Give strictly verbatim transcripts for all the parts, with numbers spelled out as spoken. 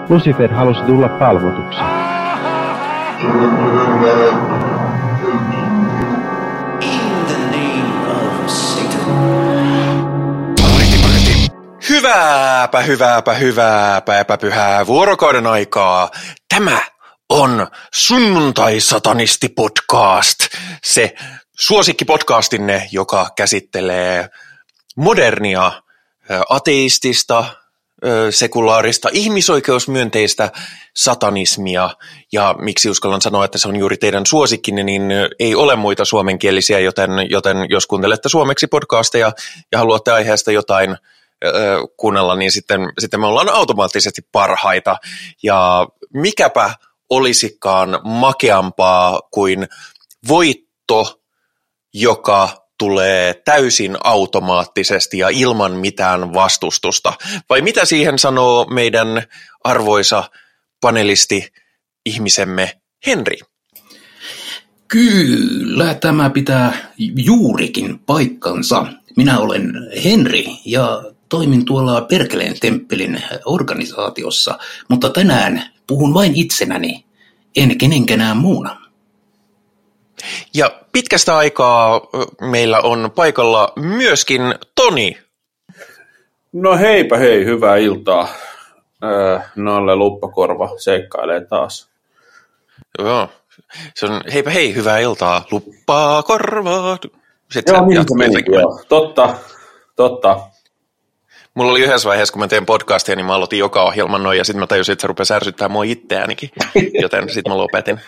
Lucifer halusi tulla palvotuksi. Hyvääpä, hyvääpä, hyvääpä, epäpyhää vuorokauden aikaa. Tämä on Sunnuntai-satanisti-podcast. Se suosikkipodcastinne, joka käsittelee modernia, ateistista, sekulaarista, ihmisoikeusmyönteistä satanismia, ja miksi uskallan sanoa, että se on juuri teidän suosikkinne, niin ei ole muita suomenkielisiä, joten, joten jos kuuntelette suomeksi podcasteja ja haluatte aiheesta jotain äh, kuunnella, niin sitten, sitten me ollaan automaattisesti parhaita, ja mikäpä olisikaan makeampaa kuin voitto, joka tulee täysin automaattisesti ja ilman mitään vastustusta. Vai mitä siihen sanoo meidän arvoisa panelisti ihmisemme Henri? Kyllä, tämä pitää juurikin paikkansa. Minä olen Henri ja toimin tuolla Perkeleen temppelin organisaatiossa, mutta tänään puhun vain itsenäni, en kenenkään muuna. Ja pitkästä aikaa meillä on paikalla myöskin Toni. No heipä hei, hyvää iltaa. Öö, Nalle Luppakorva seikkailee taas. Joo, se on heipä hei, hyvää iltaa, Luppakorva. Sitten joo, niin se meni, joo. Totta, totta. Mulla oli yhdessä vaiheessa, kun mä teen podcastia, niin mä aloitin joka ohjelman noin, ja sitten mä tajusin, että se rupesi ärsyttää mua itseäänikin, joten sitten mä lopetin.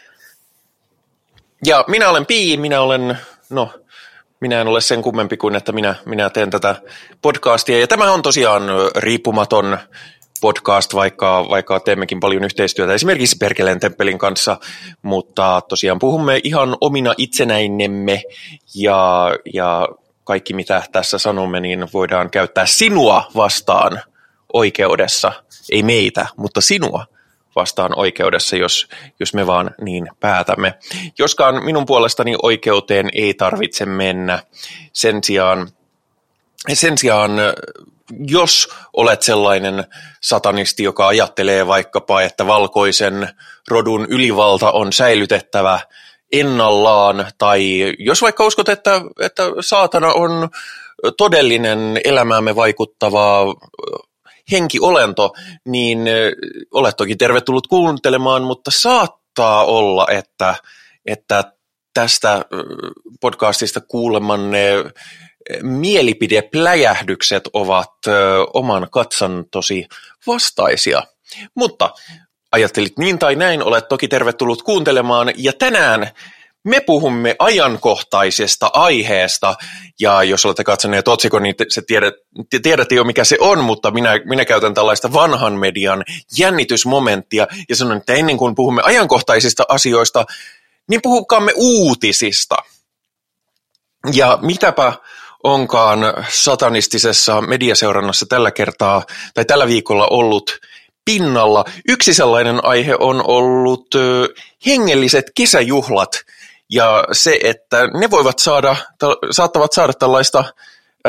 Ja minä olen Pii, minä olen, no, minä en ole sen kummempi kuin, että minä, minä teen tätä podcastia. Ja tämä on tosiaan riippumaton podcast, vaikka, vaikka teemmekin paljon yhteistyötä esimerkiksi Perkeleen temppelin kanssa, mutta tosiaan puhumme ihan omina itsenäinemme ja, ja kaikki mitä tässä sanomme, niin voidaan käyttää sinua vastaan oikeudessa, ei meitä, mutta sinua vastaan oikeudessa, jos, jos me vaan niin päätämme. Joskaan minun puolestani oikeuteen ei tarvitse mennä. Sen sijaan, sen sijaan, jos olet sellainen satanisti, joka ajattelee vaikkapa, että valkoisen rodun ylivalta on säilytettävä ennallaan, tai jos vaikka uskot, että, että saatana on todellinen elämäämme vaikuttava henkiolento, niin olet toki tervetullut kuuntelemaan, mutta saattaa olla, että, että tästä podcastista kuulemanne mielipidepläjähdykset ovat oman katsantosi vastaisia. Mutta ajattelit niin tai näin, olet toki tervetullut kuuntelemaan, ja tänään me puhumme ajankohtaisesta aiheesta, ja jos olette katsoneet otsikon, niin te, se tiedät, te tiedätte jo mikä se on, mutta minä, minä käytän tällaista vanhan median jännitysmomenttia, ja sanon, että ennen kuin puhumme ajankohtaisista asioista, niin puhukaamme uutisista. Ja mitäpä onkaan satanistisessa mediaseurannassa tällä kertaa, tai tällä viikolla ollut pinnalla. Yksi sellainen aihe on ollut ö, hengelliset kesäjuhlat, ja se, että ne voivat saada, saattavat saada tällaista ö,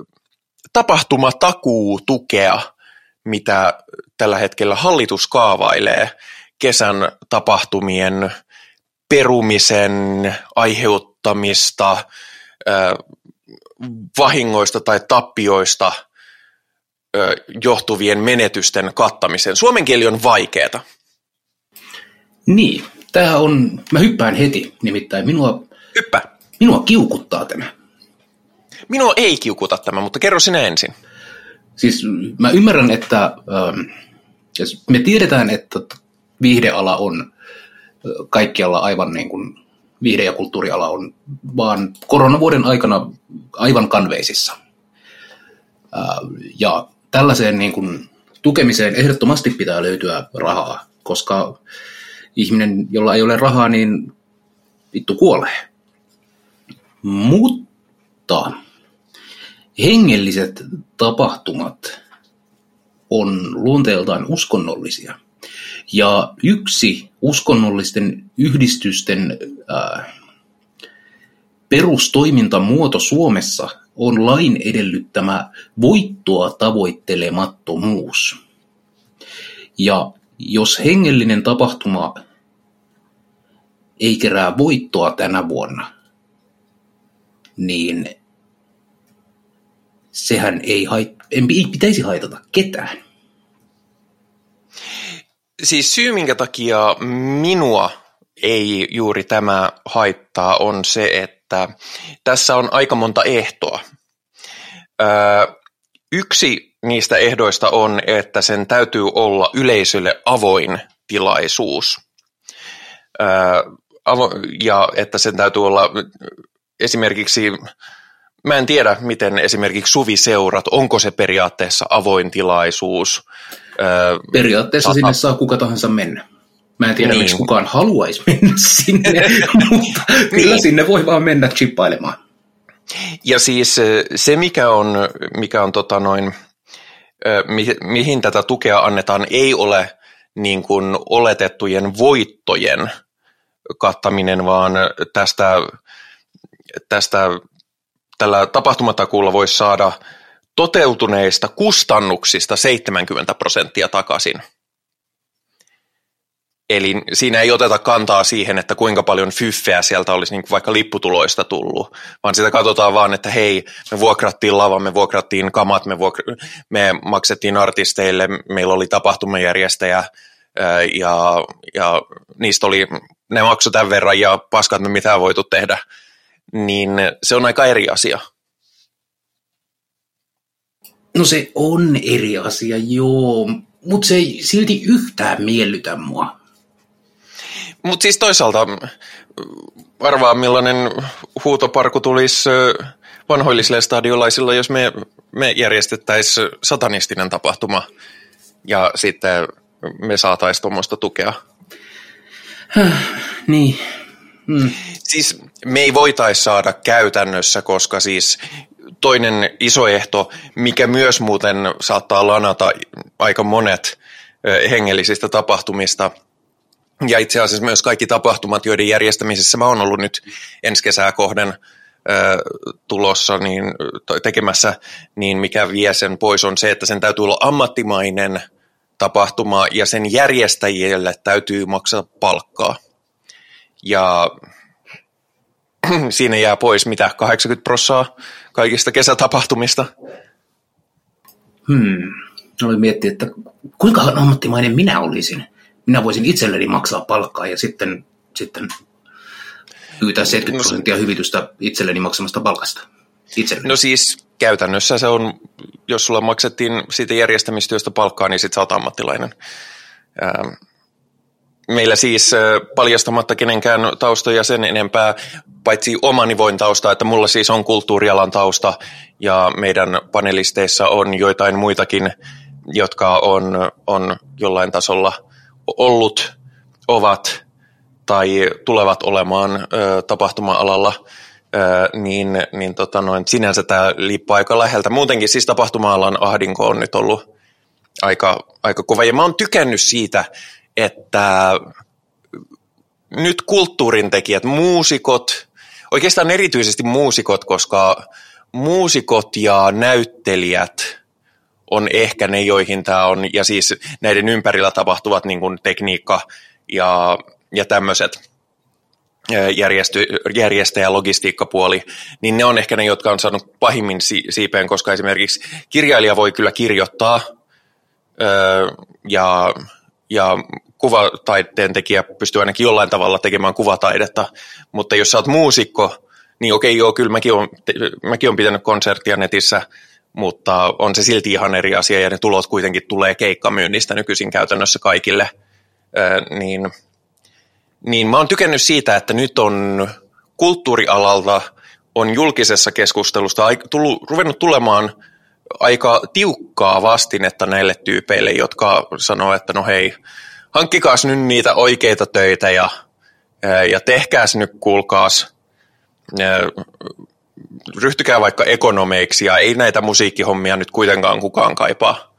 tapahtumatakuutukea, mitä tällä hetkellä hallitus kaavailee kesän tapahtumien perumisen aiheuttamista ö, vahingoista tai tappioista ö, johtuvien menetysten kattamisen. Suomen kieli on vaikeeta. Niin. Tämä on, mä hyppään heti, nimittäin minua, Hyppä. minua kiukuttaa tämä. Minua ei kiukuta tämä, mutta kerro sinä ensin. Siis mä ymmärrän, että ähm, me tiedetään, että viihdeala on kaikkialla aivan niin kuin, viihde- ja kulttuuriala on vaan koronavuoden aikana aivan kanveisissa. Äh, ja tällaiseen niin kuin, tukemiseen ehdottomasti pitää löytyä rahaa, koska ihminen, jolla ei ole rahaa, niin vittu kuolee. Mutta hengelliset tapahtumat on luonteeltaan uskonnollisia. Ja yksi uskonnollisten yhdistysten äh, perustoimintamuoto Suomessa on lain edellyttämä voittoa tavoittelemattomuus. Ja jos hengellinen tapahtuma ei kerää voittoa tänä vuonna, niin sehän ei, hait- ei pitäisi haitata ketään. Siis syy, minkä takia minua ei juuri tämä haittaa, on se, että tässä on aika monta ehtoa. Öö, yksi niistä ehdoista on, että sen täytyy olla yleisölle avoin tilaisuus. Öö, avo- ja että sen täytyy olla esimerkiksi, mä en tiedä miten esimerkiksi suviseurat, onko se periaatteessa avoin tilaisuus. Öö, Periaatteessa sata... sinne saa kuka tahansa mennä. Mä en tiedä, niin. miksi kukaan haluaisi mennä sinne, mutta kyllä niin. Sinne voi vaan mennä chippailemaan. Ja siis se, mikä on, mikä on tota noin, mi, mihin tätä tukea annetaan, ei ole niin kuin oletettujen voittojen kattaminen, vaan tästä, tästä tällä tapahtumatakuulla voisi saada toteutuneista kustannuksista seitsemänkymmentä prosenttia takaisin. Eli siinä ei oteta kantaa siihen, että kuinka paljon fyffeä sieltä olisi niin kuin vaikka lipputuloista tullut, vaan sitä katsotaan vaan, että hei, me vuokrattiin lava, me vuokrattiin kamat, me, vuokra- me maksettiin artisteille, meillä oli tapahtumajärjestäjä ja, ja niistä oli, ne maksoi tämän verran ja paskat me mitään voitu tehdä, niin se on aika eri asia. No se on eri asia, joo, mutta se ei silti yhtään miellytä mua. Mutta siis toisaalta arvaa millainen huutoparku tulisi vanhoillisille stadiolaisilla, jos me, me järjestettäisiin satanistinen tapahtuma ja sitten me saataisiin tuommoista tukea. Niin. Mm. Siis me ei voitaisi saada käytännössä, koska siis toinen iso ehto, mikä myös muuten saattaa lanata aika monet hengellisistä tapahtumista, ja itse asiassa myös kaikki tapahtumat, joiden järjestämisessä mä oon ollut nyt ensi kesää kohden ö, tulossa niin, tekemässä, niin mikä vie sen pois on se, että sen täytyy olla ammattimainen tapahtuma ja sen järjestäjille täytyy maksaa palkkaa. Ja siinä jää pois mitä, kahdeksankymmentä prosenttia kaikista kesätapahtumista. Hmm. Aloin miettiä, että kuinka ammattimainen minä olisin. Minä voisin itselleni maksaa palkkaa ja sitten, sitten pyytää seitsemänkymmentä prosenttia hyvitystä itselleni maksamasta palkasta. Itselleni. No siis käytännössä se on, jos sulla maksettiin siitä järjestämistyöstä palkkaa, niin sit sä oot ammattilainen. Meillä siis paljastamatta kenenkään taustoja sen enempää, paitsi omani voin tausta, että mulla siis on kulttuurialan tausta ja meidän panelisteissa on joitain muitakin, jotka on, on jollain tasolla ollut, ovat tai tulevat olemaan ö, tapahtuma-alalla, ö, niin, niin tota noin, sinänsä tämä liippuu aika läheltä. Muutenkin siis tapahtuma-alan ahdinko on nyt ollut aika, aika kova. Ja mä oon tykännyt siitä, että nyt kulttuurintekijät, muusikot, oikeastaan erityisesti muusikot, koska muusikot ja näyttelijät on ehkä ne, joihin tämä on, ja siis näiden ympärillä tapahtuvat niin kuin tekniikka ja, ja tämmöiset järjesty, järjestä- ja logistiikkapuoli, niin ne on ehkä ne, jotka on saanut pahimmin si- siipeen, koska esimerkiksi kirjailija voi kyllä kirjoittaa, öö, ja, ja kuvataiteen tekijä pystyy ainakin jollain tavalla tekemään kuvataidetta, mutta jos sä oot muusikko, niin okei, joo, kyllä mäkin olen, mäkin olen pitänyt konserttia netissä, mutta on se silti ihan eri asia, ja ne tulot kuitenkin tulee keikkamyynnistä nykyisin käytännössä kaikille, öö, niin, niin mä oon tykännyt siitä, että nyt on kulttuurialalta on julkisessa keskustelusta tullut, ruvennut tulemaan aika tiukkaa vastinetta näille tyypeille, jotka sanoo, että no hei, hankkikaas nyt niitä oikeita töitä ja, ja tehkääs nyt, kuulkaas, ryhtykää vaikka ekonomeiksi ja ei näitä musiikkihommia nyt kuitenkaan kukaan kaipaa.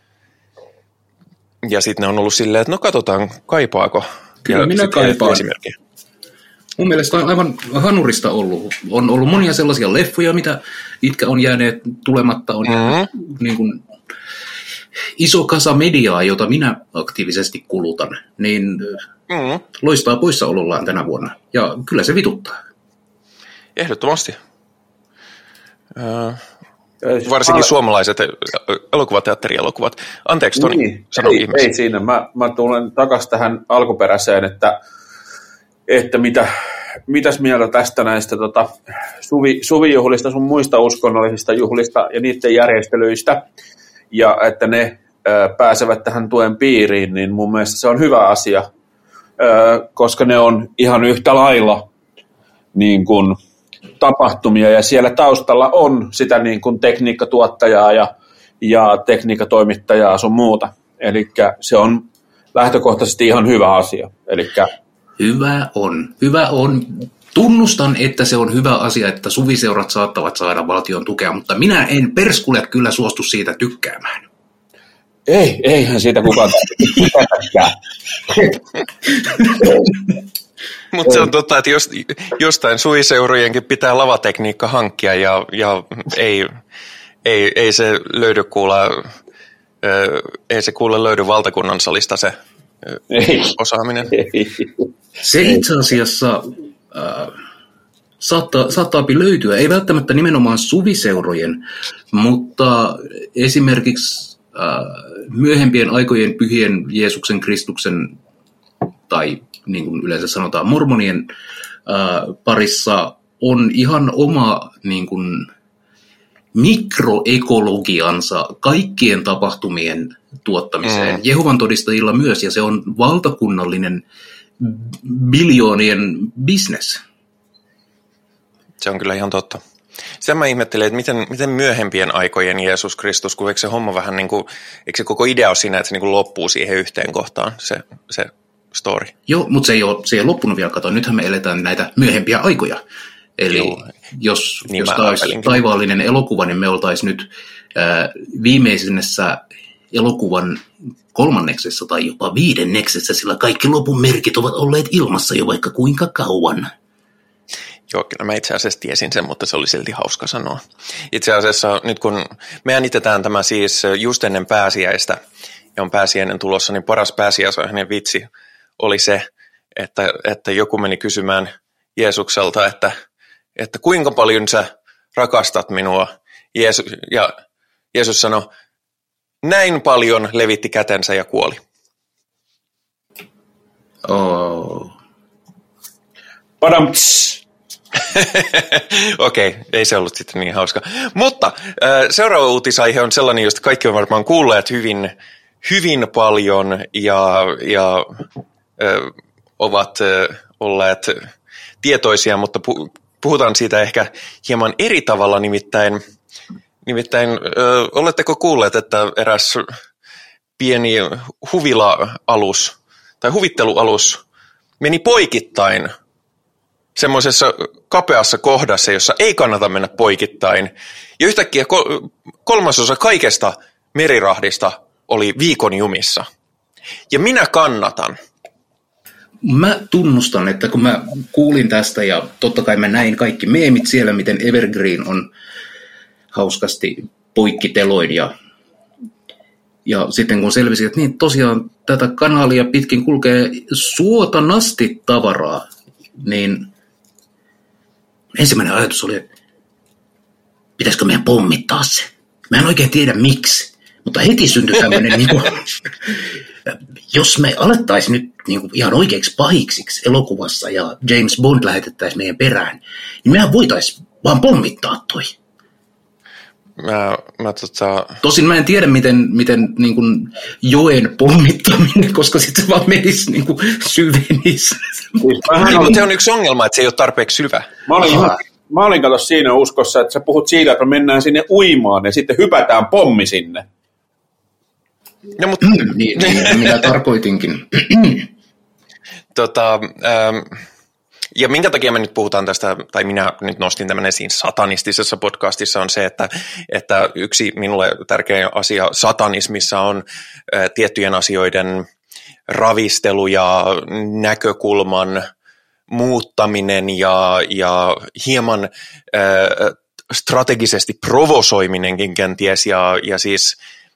Ja sitten ne on ollut silleen, että no katsotaan, kaipaako. Kyllä ja minä kaipaan. Mun mielestä on aivan hanurista ollut. On ollut monia sellaisia leffoja, mitä, mitkä on jääneet tulematta. On mm-hmm. niin kuin iso kasa mediaa, jota minä aktiivisesti kulutan, niin mm. loistaa poissaolollaan tänä vuonna. Ja kyllä se vituttaa. Ehdottomasti. Öö, varsinkin Al... suomalaiset elokuvateatterielokuvat. Anteeksi, Toni, niin, sano ei, ihmeessä. Ei siinä. Mä, mä tulen takaisin tähän alkuperäiseen, että, että mitä, mitäs mieltä tästä näistä tota, suvi, suvijuhlista, sun muista uskonnollisista juhlista ja niiden järjestelyistä, ja että ne ö, pääsevät tähän tuen piiriin, niin mun mielestä se on hyvä asia, ö, koska ne on ihan yhtä lailla niin kuin tapahtumia, ja siellä taustalla on sitä niin kuin tekniikkatuottajaa ja, ja tekniikkatoimittajaa sun muuta. Eli se on lähtökohtaisesti ihan hyvä asia. Elikkä... Hyvä on. Hyvä on. Tunnustan, että se on hyvä asia, että suviseurat saattavat saada valtion tukea, mutta minä en perskulle kyllä suostu siitä tykkäämään. Ei, eihän siitä kukaan tykkää. Mutta se on totta, että jos, jostain suviseurojenkin pitää lavatekniikka hankkia ja, ja ei, ei, ei se löydy kuulla, ei se kuule löydy valtakunnan salista se ei. osaaminen. Ei. Se itse asiassa äh, saattaa, saattaa löytyä, ei välttämättä nimenomaan suviseurojen, mutta esimerkiksi äh, myöhempien aikojen pyhien Jeesuksen Kristuksen tai niin kuin yleensä sanotaan mormonien ää, parissa on ihan oma niin kuin mikroekologiansa kaikkien tapahtumien tuottamiseen. Mm. Jehovan todistajilla myös, ja se on valtakunnallinen biljoonien business. Se on kyllä ihan totta. Sitä mä ihmettelen, että miten, miten myöhempien aikojen Jeesus Kristus, kun eikö se homma vähän niin kuin, eikö se koko idea ole siinä, että se niin kuin loppuu siihen yhteen kohtaan, se, se story. Joo, mutta se ei ole, se ei ole loppunut vielä. Kato, nythän me eletään näitä myöhempiä aikoja. Eli Joo, jos, niin jos tämä olisi taivaallinen elokuva, niin me oltaisiin nyt ää, viimeisenessä elokuvan kolmanneksessa tai jopa viidenneksessä, sillä kaikki lopun merkit ovat olleet ilmassa jo vaikka kuinka kauan. Joo, kyllä mä itse asiassa tiesin sen, mutta se oli silti hauska sanoa. Itse asiassa nyt kun me äänitetään tämä siis just ennen pääsiäistä, ja on pääsiäinen tulossa, niin paras pääsiäisen vitsi oli se, että, että joku meni kysymään Jeesukselta, että, että kuinka paljon sä rakastat minua. Jeesus, ja Jeesus sanoi, näin paljon, levitti kätensä ja kuoli. Oh. Padamts. Okei, okay, ei se ollut sitten niin hauska. Mutta äh, seuraava uutisaihe on sellainen, josta kaikki on varmaan kuulleet hyvin, hyvin paljon ja, ja äh, ovat äh, olleet tietoisia, mutta pu- puhutaan siitä ehkä hieman eri tavalla, nimittäin, nimittäin äh, oletteko kuulleet, että eräs pieni huvila-alus tai huvittelualus meni poikittain semmoisessa kapeassa kohdassa, jossa ei kannata mennä poikittain. Ja yhtäkkiä kolmasosa kaikesta merirahdista oli viikon jumissa. Ja minä kannatan. Mä tunnustan, että kun mä kuulin tästä ja totta kai mä näin kaikki meemit siellä, miten Evergreen on hauskasti poikkiteloin ja, ja sitten kun selvisi, että niin tosiaan tätä kanaalia pitkin kulkee suotanasti tavaraa, niin ensimmäinen ajatus oli, että pitäisikö meidän pommittaa se. Mä en oikein tiedä miksi, mutta heti syntyi tämmöinen, niin kuin, jos me alettaisiin nyt niin kuin ihan oikeiksi pahiksiksi elokuvassa ja James Bond lähetettäisiin meidän perään, niin mehän voitaisiin vaan pommittaa toi. Mä, mä tota... Tosin mä en tiedä, miten, miten niin kuin joen pommittaminen, koska sitten se vaan menisi niin kuin syvenisi. Niin, mutta se on yksi ongelma, että se ei ole tarpeeksi syvä. Mä olin, mä olin kato siinä uskossa, että sä puhut siitä, että mennään sinne uimaan ja sitten hypätään pommi sinne. No, mutta... Mm, niin, niin, minä tarkoitinkin. tota... Ähm... Ja minkä takia me nyt puhutaan tästä, tai minä nyt nostin tämän esiin satanistisessa podcastissa, on se, että, että yksi minulle tärkeä asia satanismissa on ä, tiettyjen asioiden ravistelu ja näkökulman muuttaminen ja, ja hieman ä, strategisesti provosoiminenkin kenties, ja, ja siis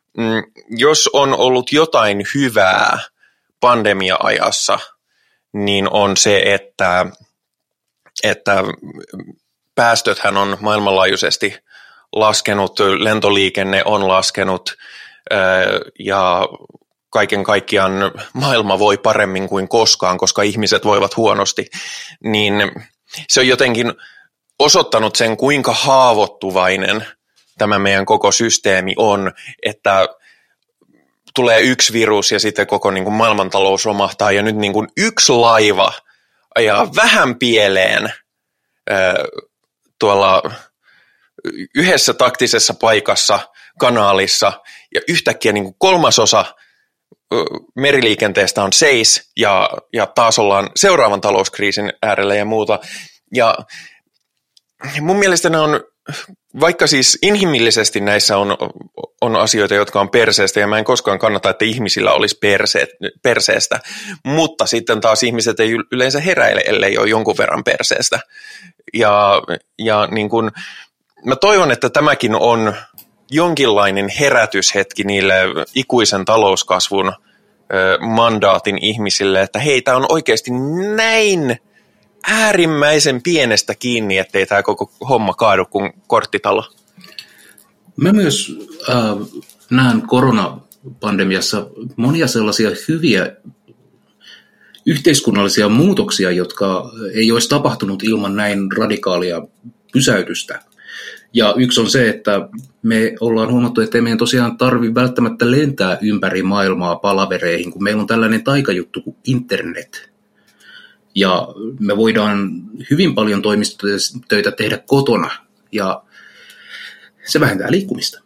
jos on ollut jotain hyvää pandemia-ajassa, niin on se, että, että päästöthän on maailmanlaajuisesti laskenut, lentoliikenne on laskenut ja kaiken kaikkiaan maailma voi paremmin kuin koskaan, koska ihmiset voivat huonosti, niin se on jotenkin osoittanut sen, kuinka haavoittuvainen tämä meidän koko systeemi on, että tulee yksi virus ja sitten koko niin kuin maailmantalous romahtaa ja nyt niin kuin yksi laiva ajaa vähän pieleen ää, tuolla yhdessä taktisessa paikassa, kanaalissa ja yhtäkkiä niin kuin kolmasosa meriliikenteestä on seis ja, ja taas ollaan seuraavan talouskriisin äärellä ja muuta. Ja mun mielestä ne on, vaikka siis inhimillisesti näissä on, on asioita, jotka on perseestä, ja mä en koskaan kannata, että ihmisillä olisi perse, perseestä, mutta sitten taas ihmiset ei yleensä heräile, ellei ole jonkun verran perseestä. Ja, ja niin kun, mä toivon, että tämäkin on jonkinlainen herätyshetki niille ikuisen talouskasvun ö, mandaatin ihmisille, että hei, tämä on oikeasti näin äärimmäisen pienestä kiinni, ettei tämä koko homma kaadu kuin korttitalo. Mä myös äh, näen koronapandemiassa monia sellaisia hyviä yhteiskunnallisia muutoksia, jotka ei olisi tapahtunut ilman näin radikaalia pysäytystä. Ja yksi on se, että me ollaan huomattu, että ei meidän tosiaan tarvitse välttämättä lentää ympäri maailmaa palavereihin, kun meillä on tällainen taikajuttu kuin internet. Ja me voidaan hyvin paljon toimistotöitä tehdä kotona, ja se vähentää liikkumista.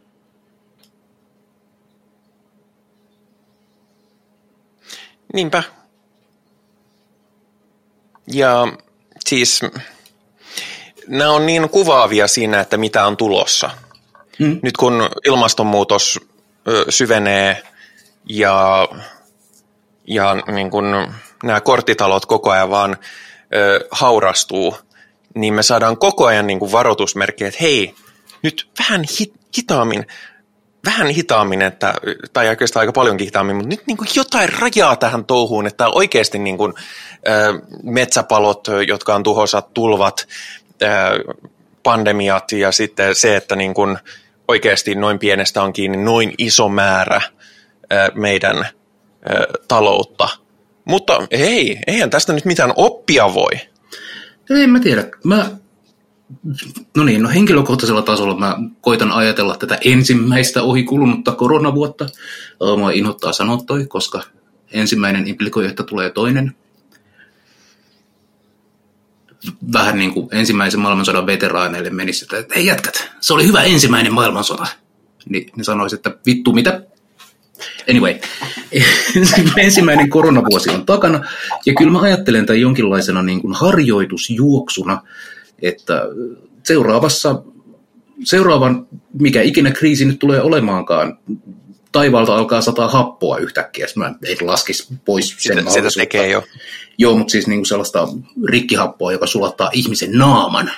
Niinpä. Ja siis nämä on niin kuvaavia siinä, että mitä on tulossa. Hmm. Nyt kun ilmastonmuutos ö, syvenee ja, ja niin kun nämä korttitalot koko ajan vaan ö, haurastuu, niin me saadaan koko ajan niin kuin varoitusmerkkejä, että hei, nyt vähän hit, hitaammin, vähän hitaammin, että, tai oikeastaan aika paljonkin hitaammin, mutta nyt niin kuin jotain rajaa tähän touhuun, että oikeasti niin kuin, ö, metsäpalot, jotka on tuhoisat, tulvat, ö, pandemiat ja sitten se, että niin kuin oikeasti noin pienestä on kiinni noin iso määrä ö, meidän ö, taloutta. Mutta hei, eihän tästä nyt mitään oppia voi. En mä tiedä. Mä, no niin, no henkilökohtaisella tasolla mä koitan ajatella tätä ensimmäistä ohi kulunutta koronavuotta. Mua inhottaa sanoa toi, koska ensimmäinen implikoi, että tulee toinen. Vähän niin kuin ensimmäisen maailmansodan veteraaneille menisi, että hei jätkät, se oli hyvä ensimmäinen maailmansota. Niin ne sanoisi, että vittu mitä? Anyway, ensimmäinen koronavuosi on takana, ja kyllä mä ajattelen tämän jonkinlaisena niin kuin harjoitusjuoksuna, että seuraavassa, seuraavan, mikä ikinä kriisi nyt tulee olemaankaan, taivaalta alkaa sataa happoa yhtäkkiä, mä en laskisi pois sen sitä, sitä tekee jo. Joo, mutta siis niin kuin sellaista rikkihappoa, joka sulattaa ihmisen naaman.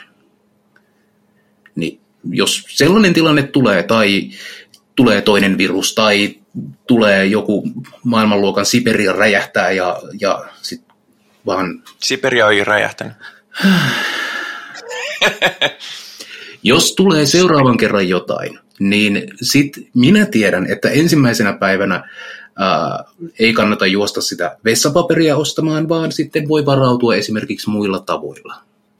Niin jos sellainen tilanne tulee, tai tulee toinen virus, tai tulee joku maailmanluokan Siberia räjähtää ja, ja sitten vaan... Siberia on jo räjähtänyt. Jos tulee seuraavan kerran jotain, niin sit minä tiedän, että ensimmäisenä päivänä ää, ei kannata juosta sitä vessapaperia ostamaan, vaan sitten voi varautua esimerkiksi muilla tavoilla.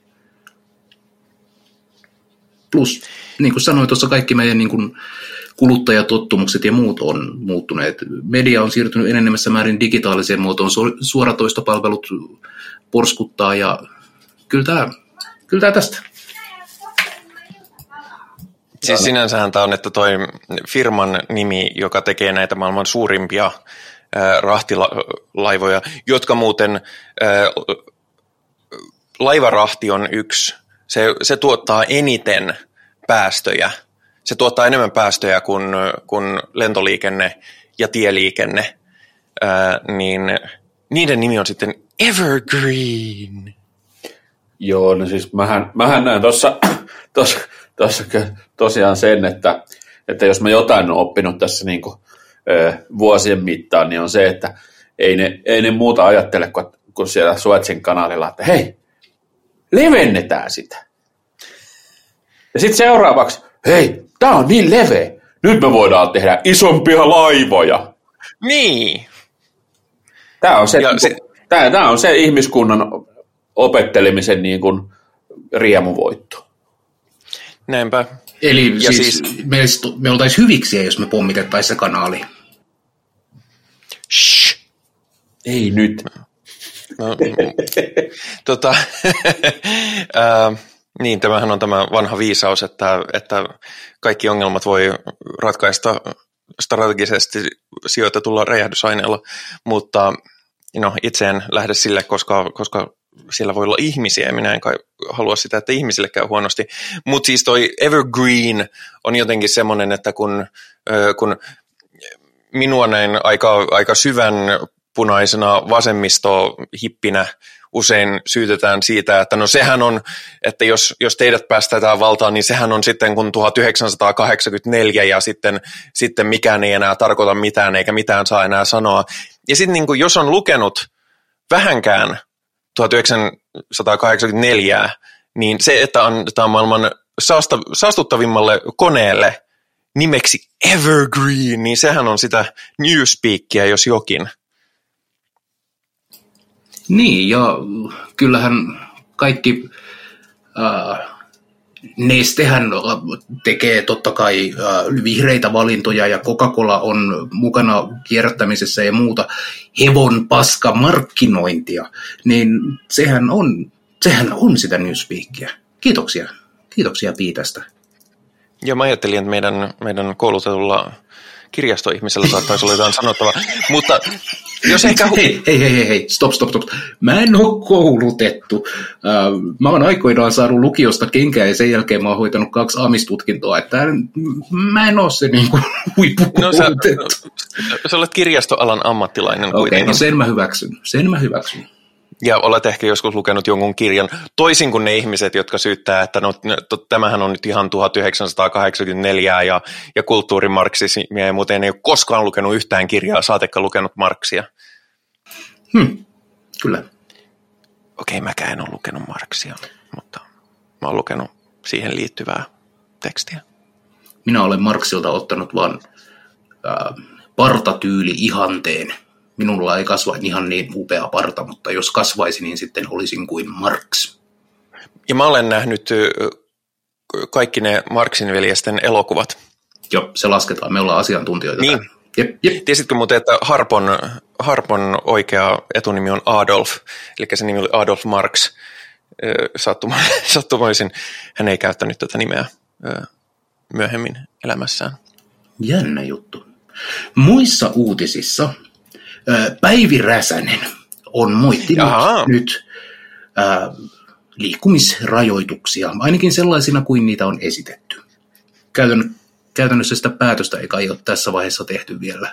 Plus, niin kuin sanoin tuossa, kaikki meidän niin kuin kuluttajatottumukset ja muut on muuttuneet. Media on siirtynyt enenemässä määrin digitaaliseen muotoon, suoratoistopalvelut porskuttaa ja kyllä tämä, kyllä tämä tästä. Siis sinänsähän tämä on, että toi firman nimi, joka tekee näitä maailman suurimpia ää, rahtilaivoja, jotka muuten ää, laivarahti on yksi, se, se tuottaa eniten päästöjä. Se tuottaa enemmän päästöjä kuin, kuin lentoliikenne ja tieliikenne, ää, niin niiden nimi on sitten Evergreen. Joo, no siis mähän, mähän näen tuossa tossa, tossa tosiaan sen, että, että jos mä jotain olen oppinut tässä niin kuin, ö, vuosien mittaan, niin on se, että ei ne, ei ne muuta ajattele kuin, kuin siellä Suezin kanalilla, että hei, levennetään sitä. Ja sitten seuraavaksi, hei, tää on niin leveä, nyt me voidaan tehdä isompia laivoja. Niin. Tämä on se, se... Tämä, tämä on se ihmiskunnan opettelemisen niin kuin riemuvoitto. Näinpä. Eli ja siis, siis... me, me oltaisiin hyviksiä, jos me pommitettaisiin se kanaali. Shh. Ei nyt. No, tota, ää, niin, tämähän on tämä vanha viisaus, että, että kaikki ongelmat voi ratkaista strategisesti sijoitetulla räjähdysaineella, mutta no, itse en lähde sille, koska, koska siellä voi olla ihmisiä, ja minä en kai halua sitä, että ihmisille käy huonosti. Mutta siis toi Evergreen on jotenkin semmoinen, että kun, kun minua näin aika, aika syvän punaisena vasemmistohippinä usein syytetään siitä, että no sehän on, että jos, jos teidät päästetään valtaan, niin sehän on sitten kun tuhatyhdeksänsataakahdeksankymmentäneljä ja sitten, sitten mikään ei enää tarkoita mitään eikä mitään saa enää sanoa. Ja sitten niin jos on lukenut vähänkään tuhatyhdeksänsataakahdeksankymmentäneljä, niin se, että annetaan maailman saasta, saastuttavimmalle koneelle nimeksi Evergreen, niin sehän on sitä newspeakia, jos jokin. Niin, ja kyllähän kaikki äh, Nestehän tekee totta kai äh, vihreitä valintoja, ja Coca-Cola on mukana kierrättämisessä ja muuta hevon paska markkinointia, niin sehän on, sehän on sitä newspeakia. Kiitoksia. Kiitoksia Piitästä. Ja mä ajattelin, että meidän, meidän koulutetulla kirjastoihmisellä saattaisi olla jotain sanottavaa, mutta jos ehkä... Hei, hei, hei, hei, stop, stop, stop. Mä en ole koulutettu. Mä oon aikoinaan saanut lukiosta kenkää ja sen jälkeen mä oon hoitanut kaksi amistutkintoa, että mä en ole se niin kuin huippukoulutettu. No, sä, sä olet kirjastoalan ammattilainen Okei, kuitenkin. okay, no sen mä hyväksyn, sen mä hyväksyn. Ja olet ehkä joskus lukenut jonkun kirjan, toisin kuin ne ihmiset, jotka syyttää, että no, to, tämähän on nyt ihan tuhatyhdeksänsataakahdeksankymmentäneljä ja, ja kulttuurimarksismia ja muuten ei ole koskaan lukenut yhtään kirjaa, saatekka lukenut Marksia. Hmm, kyllä. Okei, mäkään en ole lukenut Marksia, mutta mä oon lukenut siihen liittyvää tekstiä. Minä olen Marksilta ottanut vaan äh, partatyyli ihanteen. Minulla ei kasva ihan niin upea parta, mutta jos kasvaisi, niin sitten olisin kuin Marx. Ja mä olen nähnyt kaikki ne Marxin veljesten elokuvat. Joo, se lasketaan. Me ollaan asiantuntijoita. Niin. Jep, jep. Tiesitkö muuten, että Harpon, Harpon oikea etunimi on Adolf, eli se nimi oli Adolf Marx. Sattumoisin hän ei käyttänyt tätä nimeä myöhemmin elämässään. Jännä juttu. Muissa uutisissa Päivi Räsänen on moittinut Jaha. nyt ää, liikkumisrajoituksia, ainakin sellaisina kuin niitä on esitetty. Käytän, käytännössä sitä päätöstä ei kai ole tässä vaiheessa tehty vielä.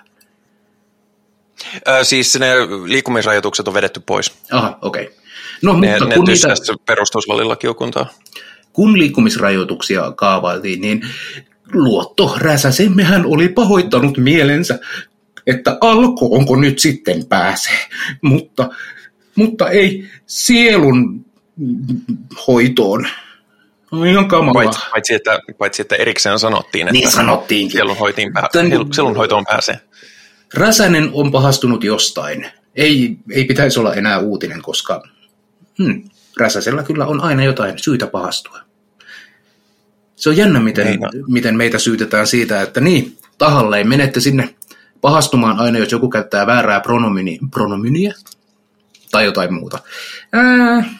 Ää, siis ne liikkumisrajoitukset on vedetty pois. Aha, okei. Okay. No, ne, mutta ne kun niitä, perustuslakivaliokuntaa. Kun liikkumisrajoituksia kaavailtiin, niin Luotto Räsäsemmehän oli pahoittanut mielensä, että alko onko nyt sitten pääsee, mutta, mutta ei sielun hoitoon. On ihan kamalaa. Paitsi, paitsi, että, paitsi että erikseen sanottiin, että niin sanottiinkin. Sielun, hoitiin pää, sielun hoitoon pääsee. Räsänen on pahastunut jostain. Ei, ei pitäisi olla enää uutinen, koska hmm, Räsäsellä kyllä on aina jotain syytä pahastua. Se on jännä, miten, miten meitä syytetään siitä, että niin, tahalleen menette sinne pahastumaan aina, jos joku käyttää väärää pronomini, pronominia tai jotain muuta. Ää,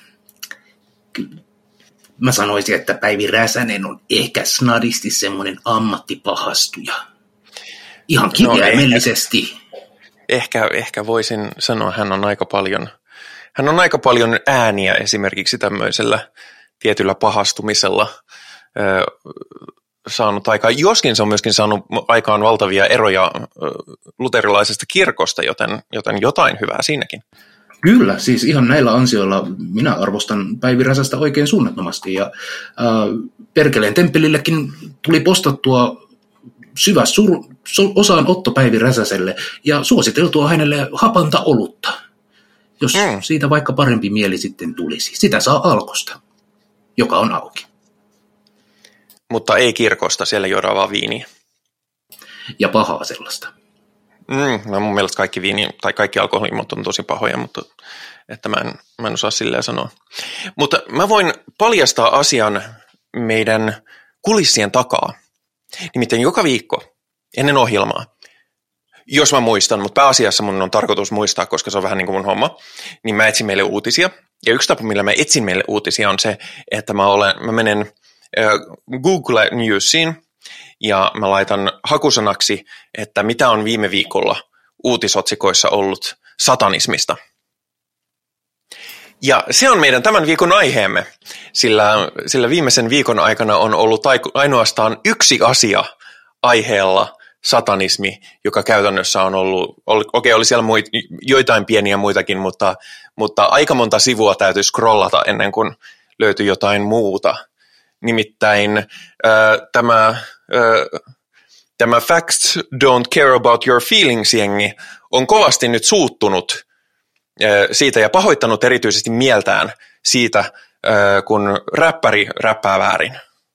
mä sanoisin, että Päivi Räsänen on ehkä snadisti semmoinen ammattipahastuja. Ihan kirjaimellisesti. No, ehkä, ehkä, ehkä voisin sanoa, hän on aika paljon, hän on aika paljon ääniä esimerkiksi tämmöisellä tietyllä pahastumisella ö, saanut aikaan, joskin se on myöskin saanut aikaan valtavia eroja luterilaisesta kirkosta, joten, joten jotain hyvää siinäkin. Kyllä, siis ihan näillä ansioilla minä arvostan Päivi Räsästä oikein suunnattomasti. Ja äh, Perkeleen temppelillekin tuli postattua syvä sur, so, osaanotto Päivi Räsäselle ja suositeltua hänelle hapanta olutta, jos mm. siitä vaikka parempi mieli sitten tulisi. Sitä saa Alkosta, joka on auki. Mutta ei kirkosta, siellä juodaan vaan viiniä. Ja pahaa sellaista. Mm, no mun mielestä kaikki viini tai kaikki alkoholimot on tosi pahoja, mutta että mä en, mä en osaa silleen sanoa. Mutta mä voin paljastaa asian meidän kulissien takaa. Nimittäin joka viikko ennen ohjelmaa, jos mä muistan, mutta pääasiassa mun on tarkoitus muistaa, koska se on vähän niin kuin mun homma, niin mä etsin meille uutisia. Ja yksi tapa, millä mä etsin meille uutisia on se, että mä, olen, mä menen äh, Google Newsiin ja mä laitan hakusanaksi, että mitä on viime viikolla uutisotsikoissa ollut satanismista. Ja se on meidän tämän viikon aiheemme, sillä, sillä viimeisen viikon aikana on ollut ainoastaan yksi asia aiheella satanismi, joka käytännössä on ollut, okei okay, oli siellä muit, joitain pieniä muitakin, mutta, mutta aika monta sivua täytyy scrollata ennen kuin löytyy jotain muuta. Nimittäin äh, tämä, äh, tämä Facts Don't Care About Your Feelings-jengi on kovasti nyt suuttunut äh, siitä ja pahoittanut erityisesti mieltään siitä, äh, kun räppäri räppää väärin.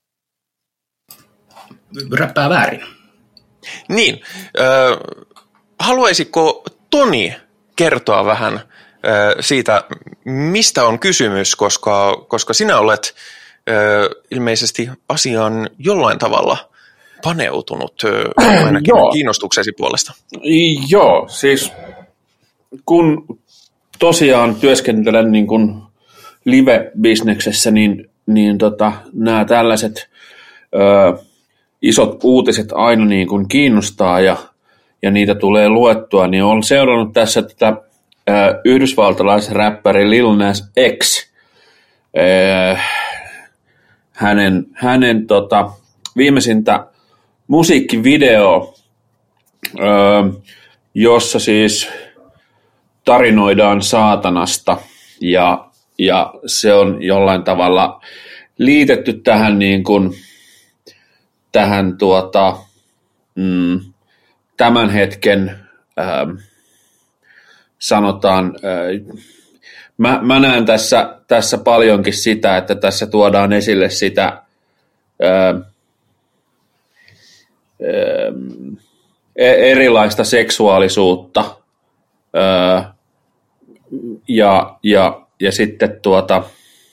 Räppää väärin? Niin. Äh, haluaisitko Toni kertoa vähän äh, siitä, mistä on kysymys, koska, koska sinä olet Öö, ilmeisesti asiaan jollain tavalla paneutunut öö, ainakin kiinnostuksesi puolesta. Joo, siis kun tosiaan työskentelen niin kuin live-bisneksessä, niin, niin tota, nämä tällaiset öö, isot uutiset aina niin kuin kiinnostaa ja, ja niitä tulee luettua, niin olen seurannut tässä tätä öö, yhdysvaltalaisräppäri Lil Nas X, öö, hänen, hänen tota, viimeisintä musiikkivideo, öö, jossa siis tarinoidaan saatanasta ja, ja se on jollain tavalla liitetty tähän, niin kuin, tähän tuota, mm, tämän hetken öö, sanotaan, öö, Mä, mä näen tässä, tässä paljonkin sitä, että tässä tuodaan esille sitä ää, ää, erilaista seksuaalisuutta ää, ja, ja, ja sitten tuota,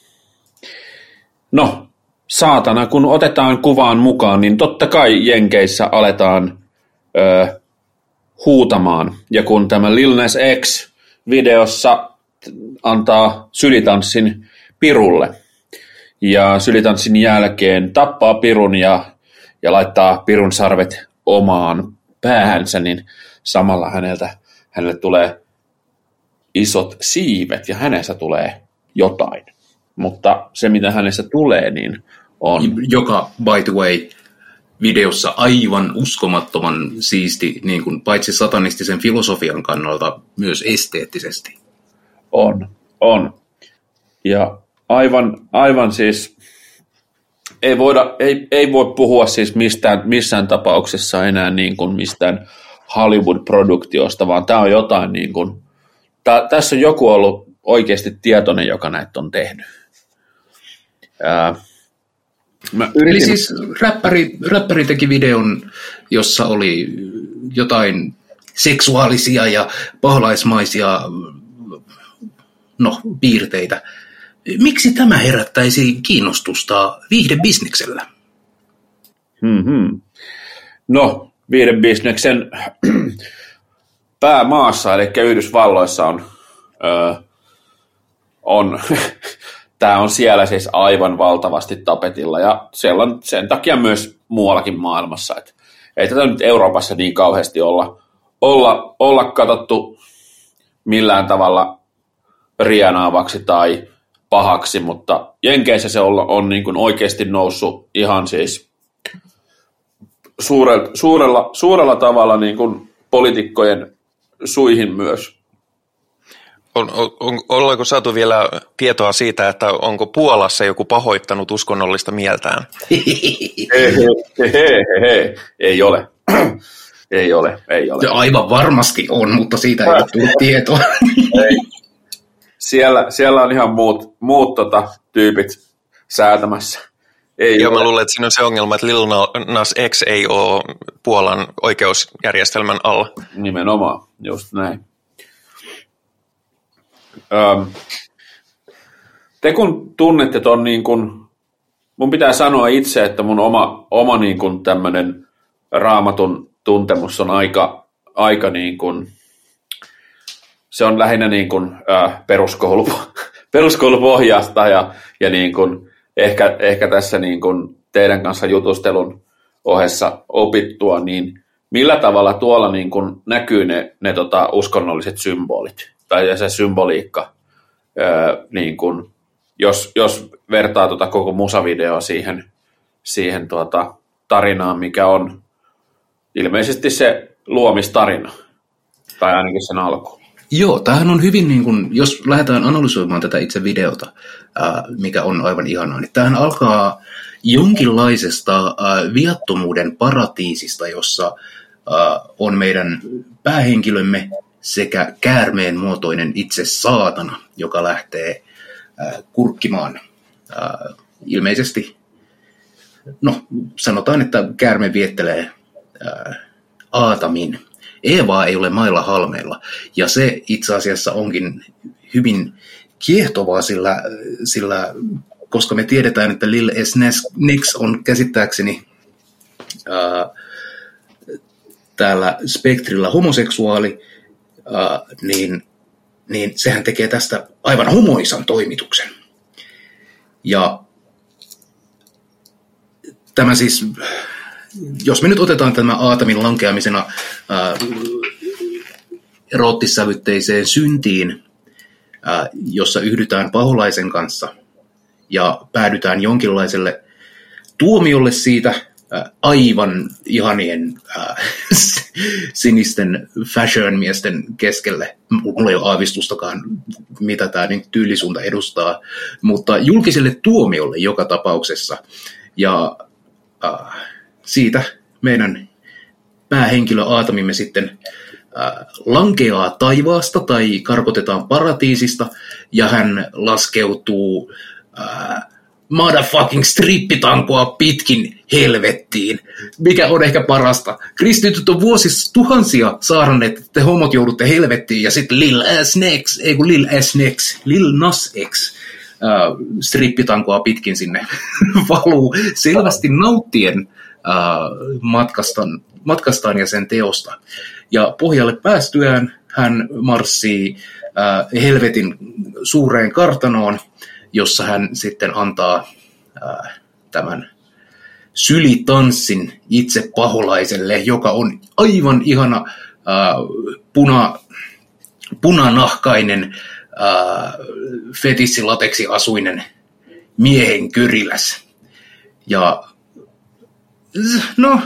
no saatana, kun otetaan kuvaan mukaan, niin totta kai Jenkeissä aletaan ää, huutamaan. Ja kun tämä Lil Nas X videossa antaa sylitanssin pirulle ja sylitanssin jälkeen tappaa pirun ja, ja laittaa pirun sarvet omaan päähänsä, niin samalla häneltä, hänelle tulee isot siivet ja hänessä tulee jotain. Mutta se, mitä hänessä tulee, niin on... Joka, by the way, videossa aivan uskomattoman siisti, niin kuin paitsi satanistisen filosofian kannalta, myös esteettisesti. On, on. Ja aivan, aivan siis, ei, voida, ei, ei voi puhua siis mistään, missään tapauksessa enää niin kuin mistään Hollywood-produktiosta, vaan tämä on jotain niin kuin, tää, tässä on joku ollut oikeasti tietoinen, joka näitä on tehnyt. Ää, mä yritin... Eli siis räppäri, räppäri teki videon, jossa oli jotain seksuaalisia ja paholaismaisia no, piirteitä. Miksi tämä herättäisi kiinnostusta viihdebisneksellä? Mm-hmm. No, viihdebisneksen päämaassa, eli Yhdysvalloissa on, öö, on tämä on siellä siis aivan valtavasti tapetilla, ja siellä on sen takia myös muuallakin maailmassa. Et ei tätä nyt Euroopassa niin kauheasti olla, olla, olla katsottu millään tavalla rienaavaksi tai pahaksi, mutta Jenkeissä se on, on niin kuin oikeasti noussut ihan siis suurella, suurella, suurella tavalla niin kuin poliitikkojen suihin myös. On, on, ollaanko saatu vielä tietoa siitä, että onko Puolassa joku pahoittanut uskonnollista mieltään? He, he, he, he, he. Ei ole. ei ole, ei ole. Aivan varmasti on, mutta siitä ei ole tullut tietoa. Ei. Siellä, siellä on ihan muut, muut tota, tyypit säätämässä. Ei Joo, ole. mä luulen, että siinä on se ongelma, että Lil Nas X ei ole Puolan oikeusjärjestelmän alla. Nimenomaan, just näin. Öm, te kun tunnette ton niin kun, mun pitää sanoa itse, että mun oma, oma niin kun tämmönen Raamatun tuntemus on aika, aika niin kun, se on lähinnä niin kun, äh, peruskoulu, peruskoulupohjasta ja, ja niin kun, ehkä, ehkä tässä niin kun teidän kanssa jutustelun ohessa opittua, niin millä tavalla tuolla niin kun näkyy ne, ne tota, uskonnolliset symbolit tai se symboliikka, öö, niin kun, jos, jos vertaa tuota koko musavideoa siihen, siihen tuota tarinaan, mikä on ilmeisesti se luomistarina, tai ainakin sen alku. Joo, tämähän on hyvin, niin kuin, jos lähdetään analysoimaan tätä itse videota, ää, mikä on aivan ihanaa, niin tämähän alkaa jonkinlaisesta ää, viattomuuden paratiisista, jossa ää, on meidän päähenkilömme sekä käärmeen muotoinen itse saatana, joka lähtee ää, kurkkimaan ää, ilmeisesti, no sanotaan, että käärme viettelee ää, Aatamin. Eevaa ei ole mailla halmeilla, ja se itse asiassa onkin hyvin kiehtovaa, sillä, sillä koska me tiedetään, että Lil Nas X on käsittääkseni ää, täällä spektrillä homoseksuaali, ää, niin, niin sehän tekee tästä aivan homoisan toimituksen. Ja tämä siis, jos me nyt otetaan tämä Aatamin lankeamisena ää, eroottissävytteiseen syntiin, ää, jossa yhdytään paholaisen kanssa ja päädytään jonkinlaiselle tuomiolle siitä ää, aivan ihanien ää, sinisten fashion-miesten keskelle. Mulla ei ole aavistustakaan, mitä tämä niin tyylisuunta edustaa, mutta julkiselle tuomiolle joka tapauksessa. Ja ää, siitä meidän päähenkilö Aatamimme sitten äh, lankeaa taivaasta tai karkotetaan paratiisista ja hän laskeutuu äh, motherfucking strippitankoa pitkin helvettiin, mikä on ehkä parasta. Kristityt on vuosis tuhansia saaranneet, että te homot joudutte helvettiin ja sitten Lil Nas X, ei kun Lil Nas X, Lil Nas X äh, strippitankoa pitkin sinne valuu selvästi nauttien Uh, matkastaan, matkastaan ja sen teosta. Ja pohjalle päästyään hän marssii uh, helvetin suureen kartanoon, jossa hän sitten antaa uh, tämän sylitanssin itse paholaiselle, joka on aivan ihana uh, puna, punanahkainen uh, fetissilateksi asuinen miehen kyriläs. Ja no,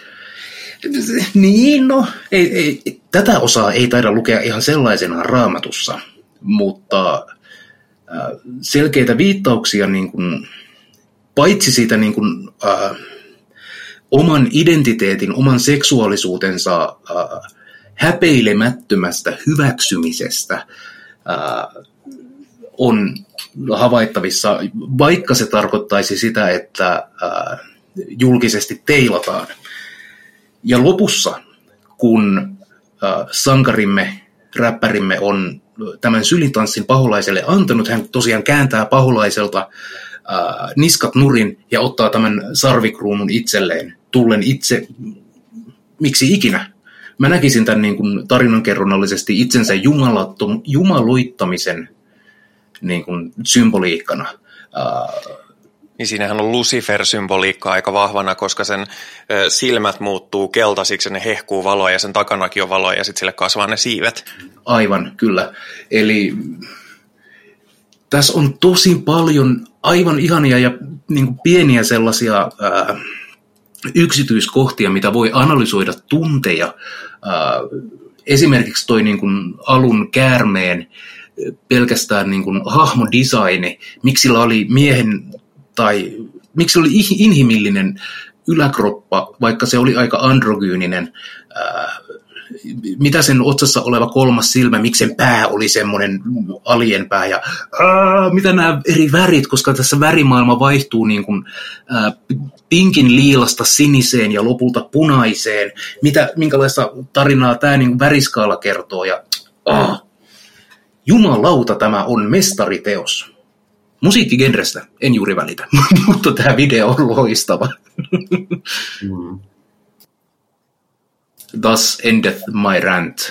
niin no, ei, ei, tätä osaa ei taida lukea ihan sellaisenaan Raamatussa, mutta äh, selkeitä viittauksia niin kuin, paitsi siitä niin kuin, äh, oman identiteetin, oman seksuaalisuutensa äh, häpeilemättömästä hyväksymisestä äh, on havaittavissa, vaikka se tarkoittaisi sitä, että äh, julkisesti teilataan. Ja lopussa, kun äh, sankarimme, räppärimme on tämän sylitanssin paholaiselle antanut, hän tosiaan kääntää paholaiselta äh, niskat nurin ja ottaa tämän sarvikruunun itselleen, tullen itse, miksi ikinä. Mä näkisin tämän niin kuin tarinankerronnallisesti itsensä jumaloittamisen niin kuin symboliikkana. Äh, Niin siinähän on Lucifer-symboliikka aika vahvana, koska sen ö, silmät muuttuu keltaisiksi ja ne hehkuu valoa ja sen takanakin on valoa ja sitten sille kasvaa ne siivet. Aivan, kyllä. Eli tässä on tosi paljon aivan ihania ja niin kuin pieniä sellaisia ää, yksityiskohtia, mitä voi analysoida tunteja. Ää, esimerkiksi toi niin kuin alun käärmeen pelkästään niin kuin hahmodesigni, miksi sillä oli miehen tai miksi oli inhimillinen yläkroppa, vaikka se oli aika androgyyninen, ää, mitä sen otsassa oleva kolmas silmä, miksi sen pää oli semmoinen alienpää ja ää, mitä nämä eri värit, koska tässä värimaailma vaihtuu niin kuin, ää, pinkin liilasta siniseen ja lopulta punaiseen, mitä, minkälaista tarinaa tämä niin kuin väriskaala kertoo ja aa, jumalauta, tämä on mestariteos. Musiikkigenrestä en juuri välitä, mutta tämä video on loistava. Mm. Thus endeth my rant.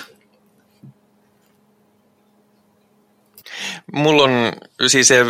Mulla on siis se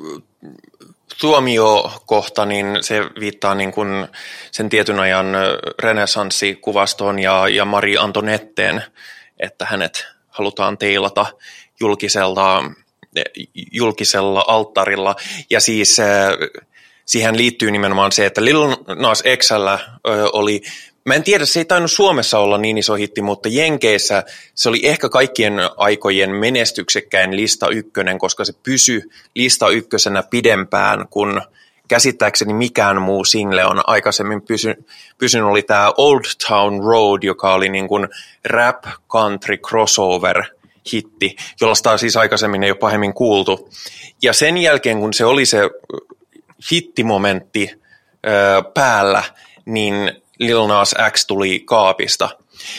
tuomiokohta, niin se viittaa niin kuin sen tietyn ajan renessanssikuvastoon ja, ja Marie Antoinetteen, että hänet halutaan teilata julkisella, julkisella alttarilla. Ja siis siihen liittyy nimenomaan se, että Lil Nas X:llä oli, mä en tiedä, se ei tainnut Suomessa olla niin iso hitti, mutta Jenkeissä se oli ehkä kaikkien aikojen menestyksekkäin lista ykkönen, koska se pysyi lista ykkösenä pidempään, kun käsittääkseni mikään muu single on aikaisemmin pysynyt, pysynyt oli tämä Old Town Road, joka oli niin kuin rap country crossover hitti, jollaista on siis aikaisemmin ei ole pahemmin kuultu. Ja sen jälkeen, kun se oli se hittimomentti ö, päällä, niin Lil Nas X tuli kaapista.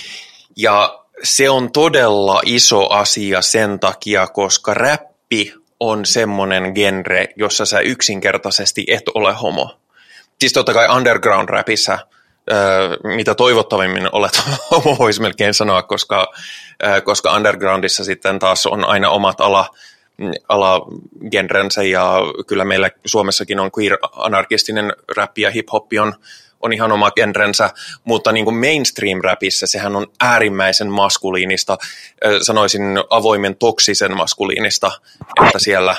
Ja se on todella iso asia sen takia, koska räppi on semmoinen genre, jossa sä yksinkertaisesti et ole homo. Siis totta kai underground-räpissä, mitä toivottavimmin olet homo, voisi melkein sanoa, koska, koska undergroundissa sitten taas on aina omat ala, alagenrensä, ja kyllä meillä Suomessakin on queer-anarkistinen räppi ja hip-hoppi on, on ihan oma genrensä, mutta niin kuin mainstream-räpissä sehän on äärimmäisen maskuliinista, sanoisin avoimen toksisen maskuliinista, että siellä,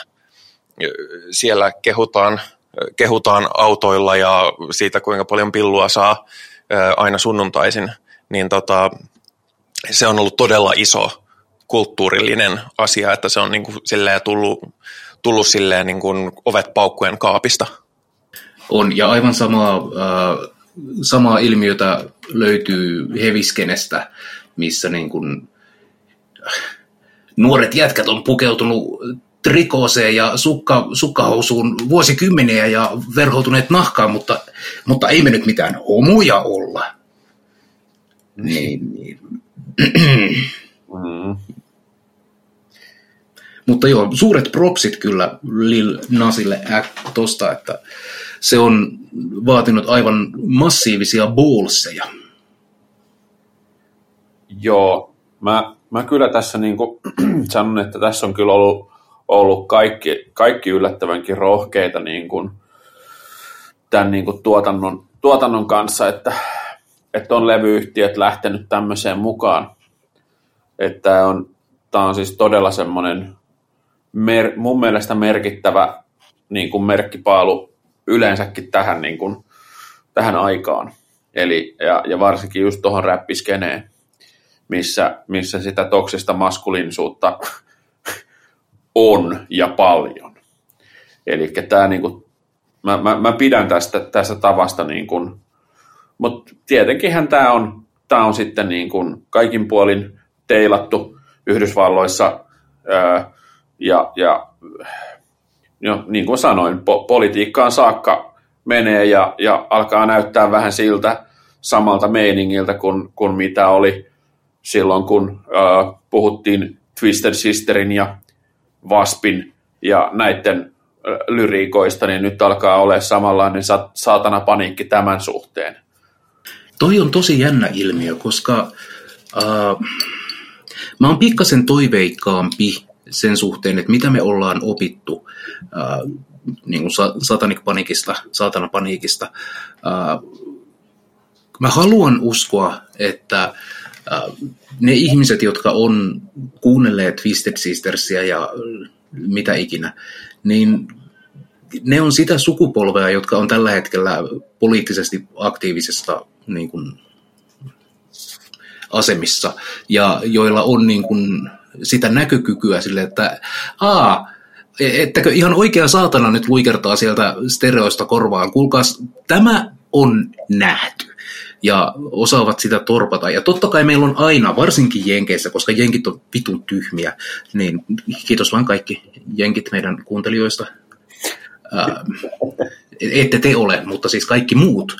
siellä kehutaan, kehutaan autoilla ja siitä, kuinka paljon pillua saa aina sunnuntaisin, niin tota, se on ollut todella iso kulttuurillinen asia, että se on niin kuin silleen tullut, tullut silleen niin kuin ovet paukkujen kaapista. On, ja aivan samaa, äh, samaa ilmiötä löytyy heviskenestä, missä niin kuin, äh, nuoret jätkät on pukeutunut trikooseen ja sukka, sukkahousuun vuosikymmeniä ja verhoutuneet nahkaan, mutta, mutta ei me nyt mitään homoja olla. Niin, niin. Mm. Mutta joo, suuret propsit kyllä Lil Nasille tosta, että se on vaatinut aivan massiivisia ballseja. Joo, mä, mä kyllä tässä niin kuin sanon, että tässä on kyllä ollut, ollut kaikki, kaikki yllättävänkin rohkeita niin kuin tämän niin kuin tuotannon, tuotannon kanssa, että, että on levyyhtiöt lähtenyt tämmöiseen mukaan. Että on, tämä on siis todella semmoinen mer, mun mielestä merkittävä niin kuin merkkipaalu yleensäkin tähän, niin kuin, tähän aikaan. Eli, ja, ja varsinkin just tuohon räppiskeneen, missä, missä sitä toksista maskuliinisuutta on ja paljon. Eli tämä, niin kuin, mä, mä, mä pidän tästä, tästä tavasta, niin kuin, mutta tietenkinhän tämä on, tämä on sitten niin kuin kaikin puolin teilattu Yhdysvalloissa ää, ja, ja jo, niin kuin sanoin, po- politiikkaan saakka menee ja, ja alkaa näyttää vähän siltä samalta meiningiltä kuin, kuin mitä oli silloin, kun ää, puhuttiin Twisted Sisterin ja Waspin ja näiden ää, lyriikoista, niin nyt alkaa olla samanlainen sa- saatana paniikki tämän suhteen. Toi on tosi jännä ilmiö, koska äh, mä oon pikkasen toiveikkaampi sen suhteen, että mitä me ollaan opittu äh, niin kuin satanik-paniikista, saatanapaniikista. Äh, mä haluan uskoa, että äh, ne ihmiset, jotka on kuunnelleet Twisted Sistersia ja mitä ikinä, niin ne on sitä sukupolvea, jotka on tällä hetkellä poliittisesti aktiivisesta niin kuin, asemissa ja joilla on niin kuin, sitä näkökykyä sille, että aa, ettäkö ihan oikea saatana nyt luikertaa sieltä stereoista korvaan. Kuulkaas, tämä on nähty ja osaavat sitä torpata. Ja totta kai meillä on aina, varsinkin Jenkeissä, koska jenkit on vitun tyhmiä, niin kiitos vaan kaikki jenkit meidän kuuntelijoista. Ää, ette te ole, mutta siis kaikki muut.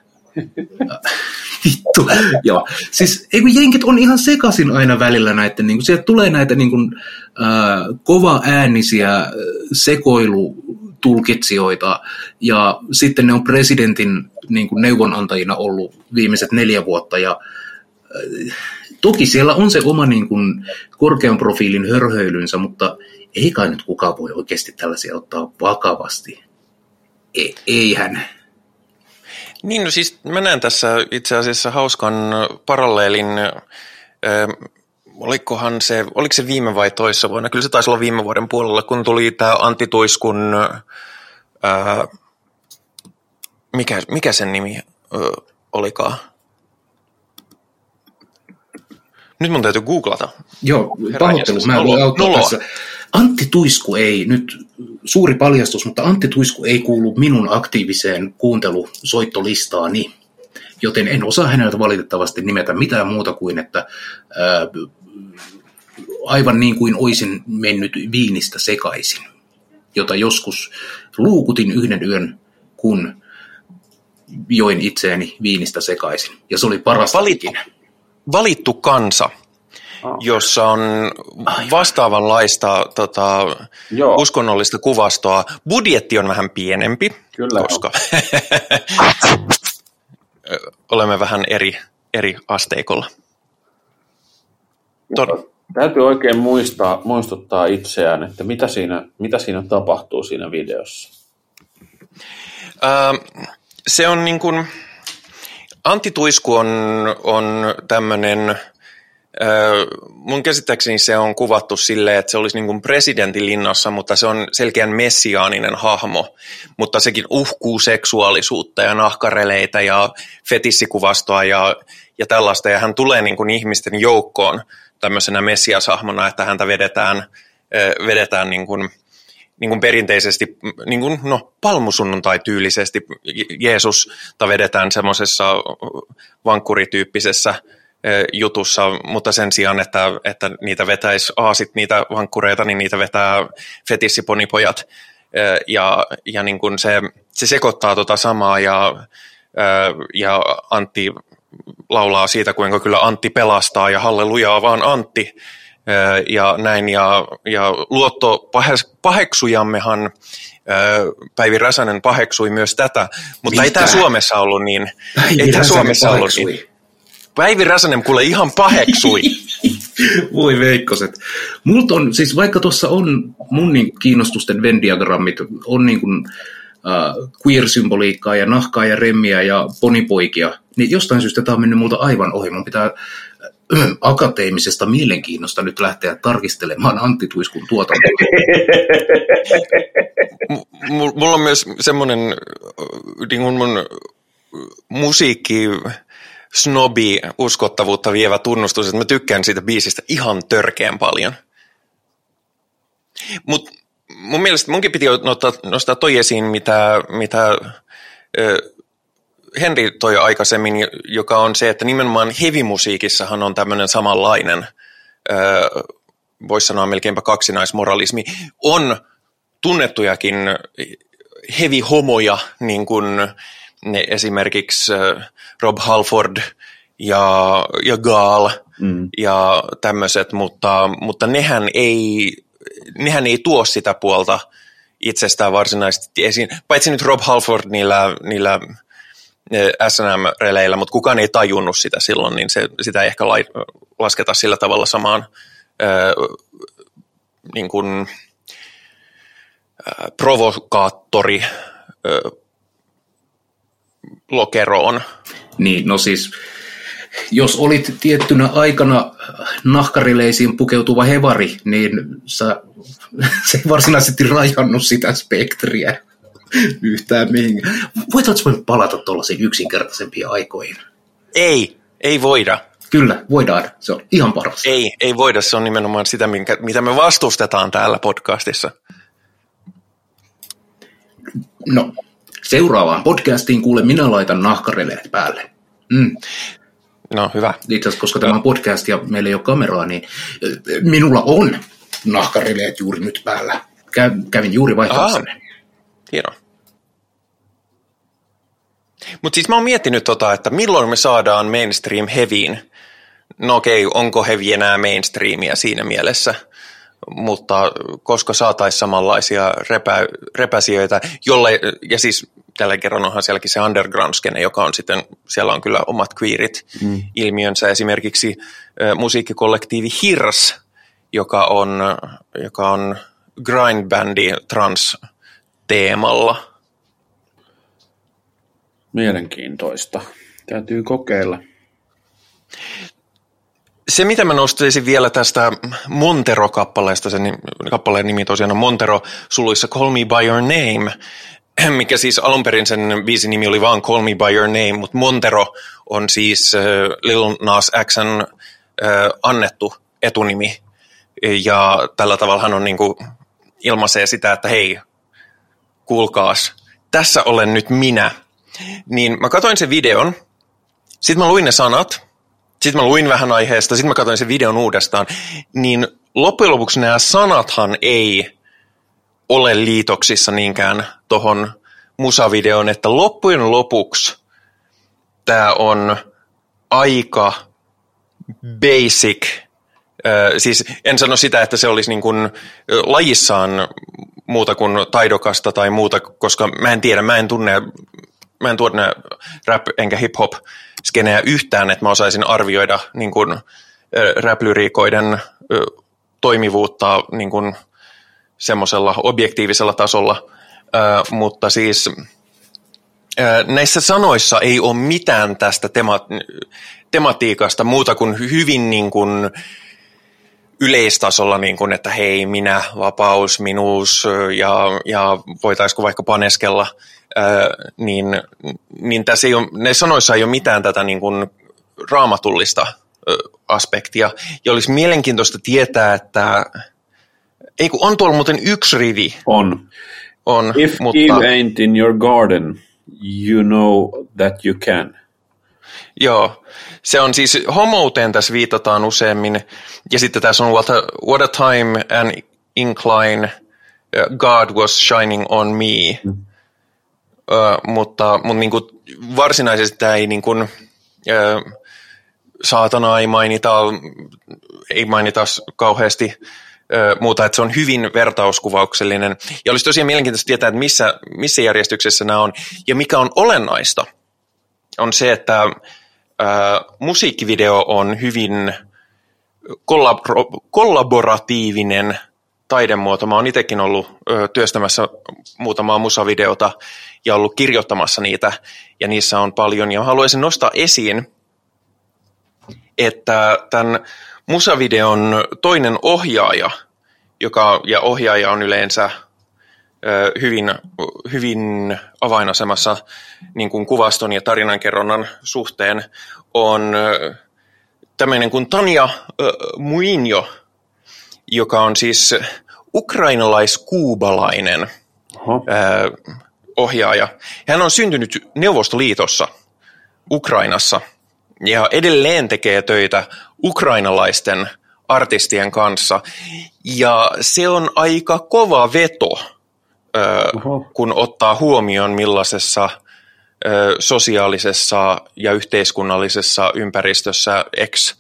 Vittu, joo. Siis ei kun jenkit on ihan sekaisin aina välillä näitä, niin kun sieltä tulee näitä niin kun, ää, kova-äänisiä sekoilutulkitsijoita, ja sitten ne on presidentin niin kun neuvonantajina ollut viimeiset neljä vuotta, ja ää, toki siellä on se oma niin kun, korkean profiilin hörhöilynsä, mutta ei kai nyt kukaan voi oikeasti tällaisia ottaa vakavasti. E- eihän. Niin, no siis mä näen tässä itse asiassa hauskan paralleelin, äh, olikohan se, oliko se viime vai toissa vuonna, kyllä se taisi olla viime vuoden puolella, kun tuli tämä Antti Tuiskun, äh, mikä, mikä sen nimi äh, olikaan? Nyt mun täytyy googlata. Joo, pahoittelu, mä en voi auttaa tässä. Antti Tuisku ei, nyt suuri paljastus, mutta Antti Tuisku ei kuulu minun aktiiviseen kuuntelusoittolistaani, joten en osaa häneltä valitettavasti nimetä mitään muuta kuin, että ää, aivan niin kuin olisin mennyt viinistä sekaisin, jota joskus luukutin yhden yön, kun join itseäni viinistä sekaisin, ja se oli parasta ikinä. Valittu kansa, jossa on vastaavanlaista tota, uskonnollista kuvastoa. Budjetti on vähän pienempi, Kyllä koska olemme vähän eri, eri asteikolla. Tod- Täytyy oikein muistaa, muistuttaa itseään, että mitä siinä, mitä siinä tapahtuu siinä videossa. Öö, se on niin kuin, Antti Tuisku on, on tämmöinen, öö, mun käsittääkseni se on kuvattu silleen, että se olisi niin kuin presidentin linnassa, mutta se on selkeän messiaaninen hahmo, mutta sekin uhkuu seksuaalisuutta ja nahkareleitä ja fetissikuvastoa ja, ja tällaista, ja hän tulee niin kuin ihmisten joukkoon tämmöisenä messiashahmona, että häntä vedetään, öö, vedetään niin kuin niin kuin perinteisesti, niin kuin, no, palmusunnuntai-tyylisesti Jeesusta vedetään semmoisessa vankkurityyppisessä jutussa, mutta sen sijaan, että, että niitä vetäisi aasit niitä vankkureita, niin niitä vetää fetissiponipoijat. Ja, ja niin kuin se, se sekoittaa tota samaa, ja, ja Antti laulaa siitä, kuinka kyllä Antti pelastaa, ja hallelujaa vaan Antti. Ja näin, ja, ja luotto paheksujammehan, Päivi Räsänen paheksui myös tätä, mutta Mitä? ei tämä Suomessa ollut niin. Päivi ei tämä Suomessa ollut niin. Päivi Räsänen kuule ihan paheksui. Voi veikkoset. Multa on, siis vaikka tuossa on mun niin kiinnostusten Venn-diagrammit, on niin kuin uh, queer-symboliikkaa ja nahkaa ja remmiä ja ponipoikia, niin jostain syystä tämä on mennyt multa aivan ohi. Mun pitää akateemisesta mielenkiinnosta nyt lähteä tarkistelemaan Antti Tuiskun tuotantoa. M- mulla on myös semmoinen niin mun musiikki snobi uskottavuutta vievä tunnustus, että mä tykkään siitä biisistä ihan törkeän paljon. Mutta mun mielestä munkin piti nostaa, nostaa toi esiin, mitä, mitä ö, Henri toi aikaisemmin, joka on se, että nimenomaan heavy-musiikissahan on tämmöinen samanlainen, ö, voisi sanoa melkeinpä kaksinaismoralismi, on tunnettujakin heavy-homoja, niin kuin ne esimerkiksi Rob Halford ja, ja Gaal mm. ja tämmöiset, mutta, mutta nehän, ei, nehän ei tuo sitä puolta itsestään varsinaisesti esiin, paitsi nyt Rob Halford niillä, niillä S and M-releillä, mutta kukaan ei tajunnut sitä silloin, niin se, sitä ei ehkä lai, lasketa sillä tavalla samaan ö, niin kuin, ö, provokaattori ö, lokeroon. Niin, no siis, jos olit tiettynä aikana nahkarileisiin pukeutuva hevari, niin sä, se ei varsinaisesti rajannut sitä spektriä yhtään mihinkään. Voitaanko me palata tuollaisiin yksinkertaisempia aikoihin? Ei, ei voida. Kyllä, voidaan. Se on ihan paras. Ei, ei voida. Se on nimenomaan sitä, minkä, mitä me vastustetaan täällä podcastissa. No, Seuraavaan podcastiin kuule, minä laitan nahkareleet päälle. Mm. No hyvä. Itse asiassa, koska tämä on podcast ja meillä ei ole kameraa, niin minulla on nahkareleet juuri nyt päällä. Kävin juuri vaihtamassa ne. Hienoa. Mutta siis mä oon miettinyt tota, että milloin me saadaan mainstream heavyin. No okei, onko heavy enää mainstreamia siinä mielessä, mutta koska saataisiin samanlaisia repä, repäsijöitä, jolle, ja siis tällä kerran onhan sielläkin se underground-skene, joka on sitten, siellä on kyllä omat queerit mm. ilmiönsä, esimerkiksi äh, musiikkikollektiivi Hirs, joka on, joka on grindbandi trans-teemalla. Mielenkiintoista. Täytyy kokeilla. Se, mitä mä nostaisin vielä tästä Montero-kappaleesta, sen kappaleen nimi tosiaan on Montero, suluissa Call Me By Your Name, mikä siis alun perin sen biisin nimi oli vaan Call Me By Your Name, mutta Montero on siis äh, Lil Nas X:n äh, annettu etunimi, ja tällä tavalla hän on niin kuin ilmaisee sitä, että hei, kuulkaas, tässä olen nyt minä. Niin mä katsoin sen videon, sitten mä luin ne sanat, sitten mä luin vähän aiheesta, sitten mä katsoin sen videon uudestaan, niin loppujen lopuksi nämä sanathan ei ole liitoksissa niinkään tohon musavideoon, että loppujen lopuksi tää on aika basic, äh, siis en sano sitä, että se olisi niin kuin lajissaan muuta kuin taidokasta tai muuta, koska mä en tiedä, mä en tunne, mä en tunne rap enkä hip-hop skeneä yhtään, että mä osaisin arvioida niin kuin rap-lyriikoiden toimivuutta niin kuin semmoisella objektiivisella tasolla, äh, mutta siis äh, näissä sanoissa ei ole mitään tästä tema- tematiikasta muuta kuin hyvin niin kuin yleistasolla, niin kuin, että hei, minä, vapaus, minuus ja, ja voitaisiko vaikka paneskella, äh, niin, niin tässä ei ole, näissä sanoissa ei ole mitään tätä niin kuin raamatullista äh, aspektia, ja olisi mielenkiintoista tietää, että ei kun on tuolla muuten yksi rivi. On. On, If mutta Eve ain't in your garden, you know that you can. Joo, se on siis homouteen tässä viitataan useammin, ja sitten tässä on what a, what a time and incline God was shining on me, mm. uh, mutta, mutta niin kuin varsinaisesti tämä ei niin kuin, uh, saatana ei mainita, ei mainita kauheasti muuta, että se on hyvin vertauskuvauksellinen. Ja olisi tosiaan mielenkiintoista tietää, että missä, missä järjestyksessä nämä on. Ja mikä on olennaista, on se, että ää, musiikkivideo on hyvin kollabor- kollaboratiivinen taidemuoto. Mä oon itsekin ollut ö, työstämässä muutamaa musavideota ja ollut kirjoittamassa niitä, ja niissä on paljon. Ja haluaisin nostaa esiin, että tämän musavideon toinen ohjaaja, joka, ja ohjaaja on yleensä ö, hyvin, hyvin avainasemassa niin kuin kuvaston ja tarinankerronnan suhteen, on ö, tämmöinen kuin Tanja ö, Muinjo, joka on siis ukrainalais-kuubalainen ö, ohjaaja. Hän on syntynyt Neuvostoliitossa, Ukrainassa, ja edelleen tekee töitä ukrainalaisten artistien kanssa. Ja se on aika kova veto, kun ottaa huomioon millaisessa sosiaalisessa ja yhteiskunnallisessa ympäristössä ex,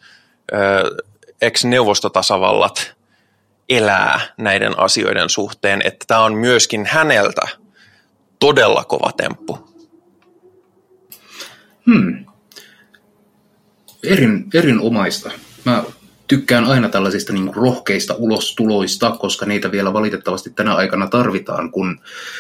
ex-neuvostotasavallat elää näiden asioiden suhteen. Että tämä on myöskin häneltä todella kova temppu. Hmm. Erin, erinomaista. Mä tykkään aina tällaisista niin kuin rohkeista ulostuloista, koska niitä vielä valitettavasti tänä aikana tarvitaan, kun,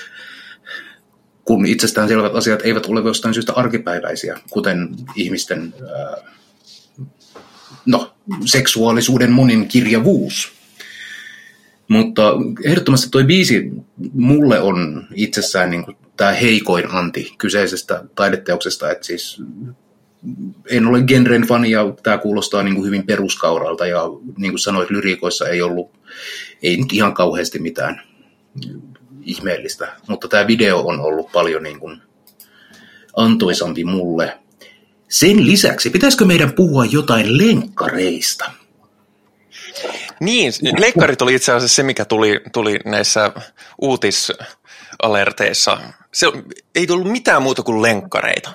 kun itsestäänselvät asiat eivät ole jostain syystä arkipäiväisiä, kuten ihmisten ää, no, seksuaalisuuden moninkirjavuus. Mutta ehdottomasti toi biisi mulle on itsessään niin kuin tämä heikoin anti kyseisestä taideteoksesta, että siis en ole genren fani ja tämä kuulostaa niin kuin hyvin peruskauralta ja niin kuin sanoit, lyriikoissa ei ollut, ei nyt ihan kauheasti mitään ihmeellistä, mutta tämä video on ollut paljon niin kuin antoisampi mulle. Sen lisäksi, pitäisikö meidän puhua jotain lenkkareista? Niin, lenkkarit oli itse asiassa se, mikä tuli, tuli näissä uutisalerteissa. Se ei tullut mitään muuta kuin lenkkareita.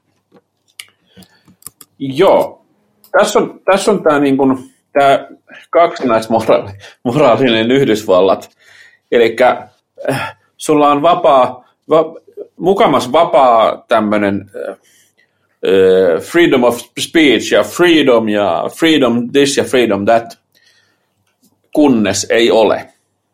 Joo. Tässä on, tässä on tämä, niin kuin, tämä kaksinaismoraalinen Yhdysvallat. Eli äh, sulla on vapaa, va, mukamas vapaa tämmöinen äh, freedom of speech ja freedom ja freedom this ja freedom that, kunnes ei ole.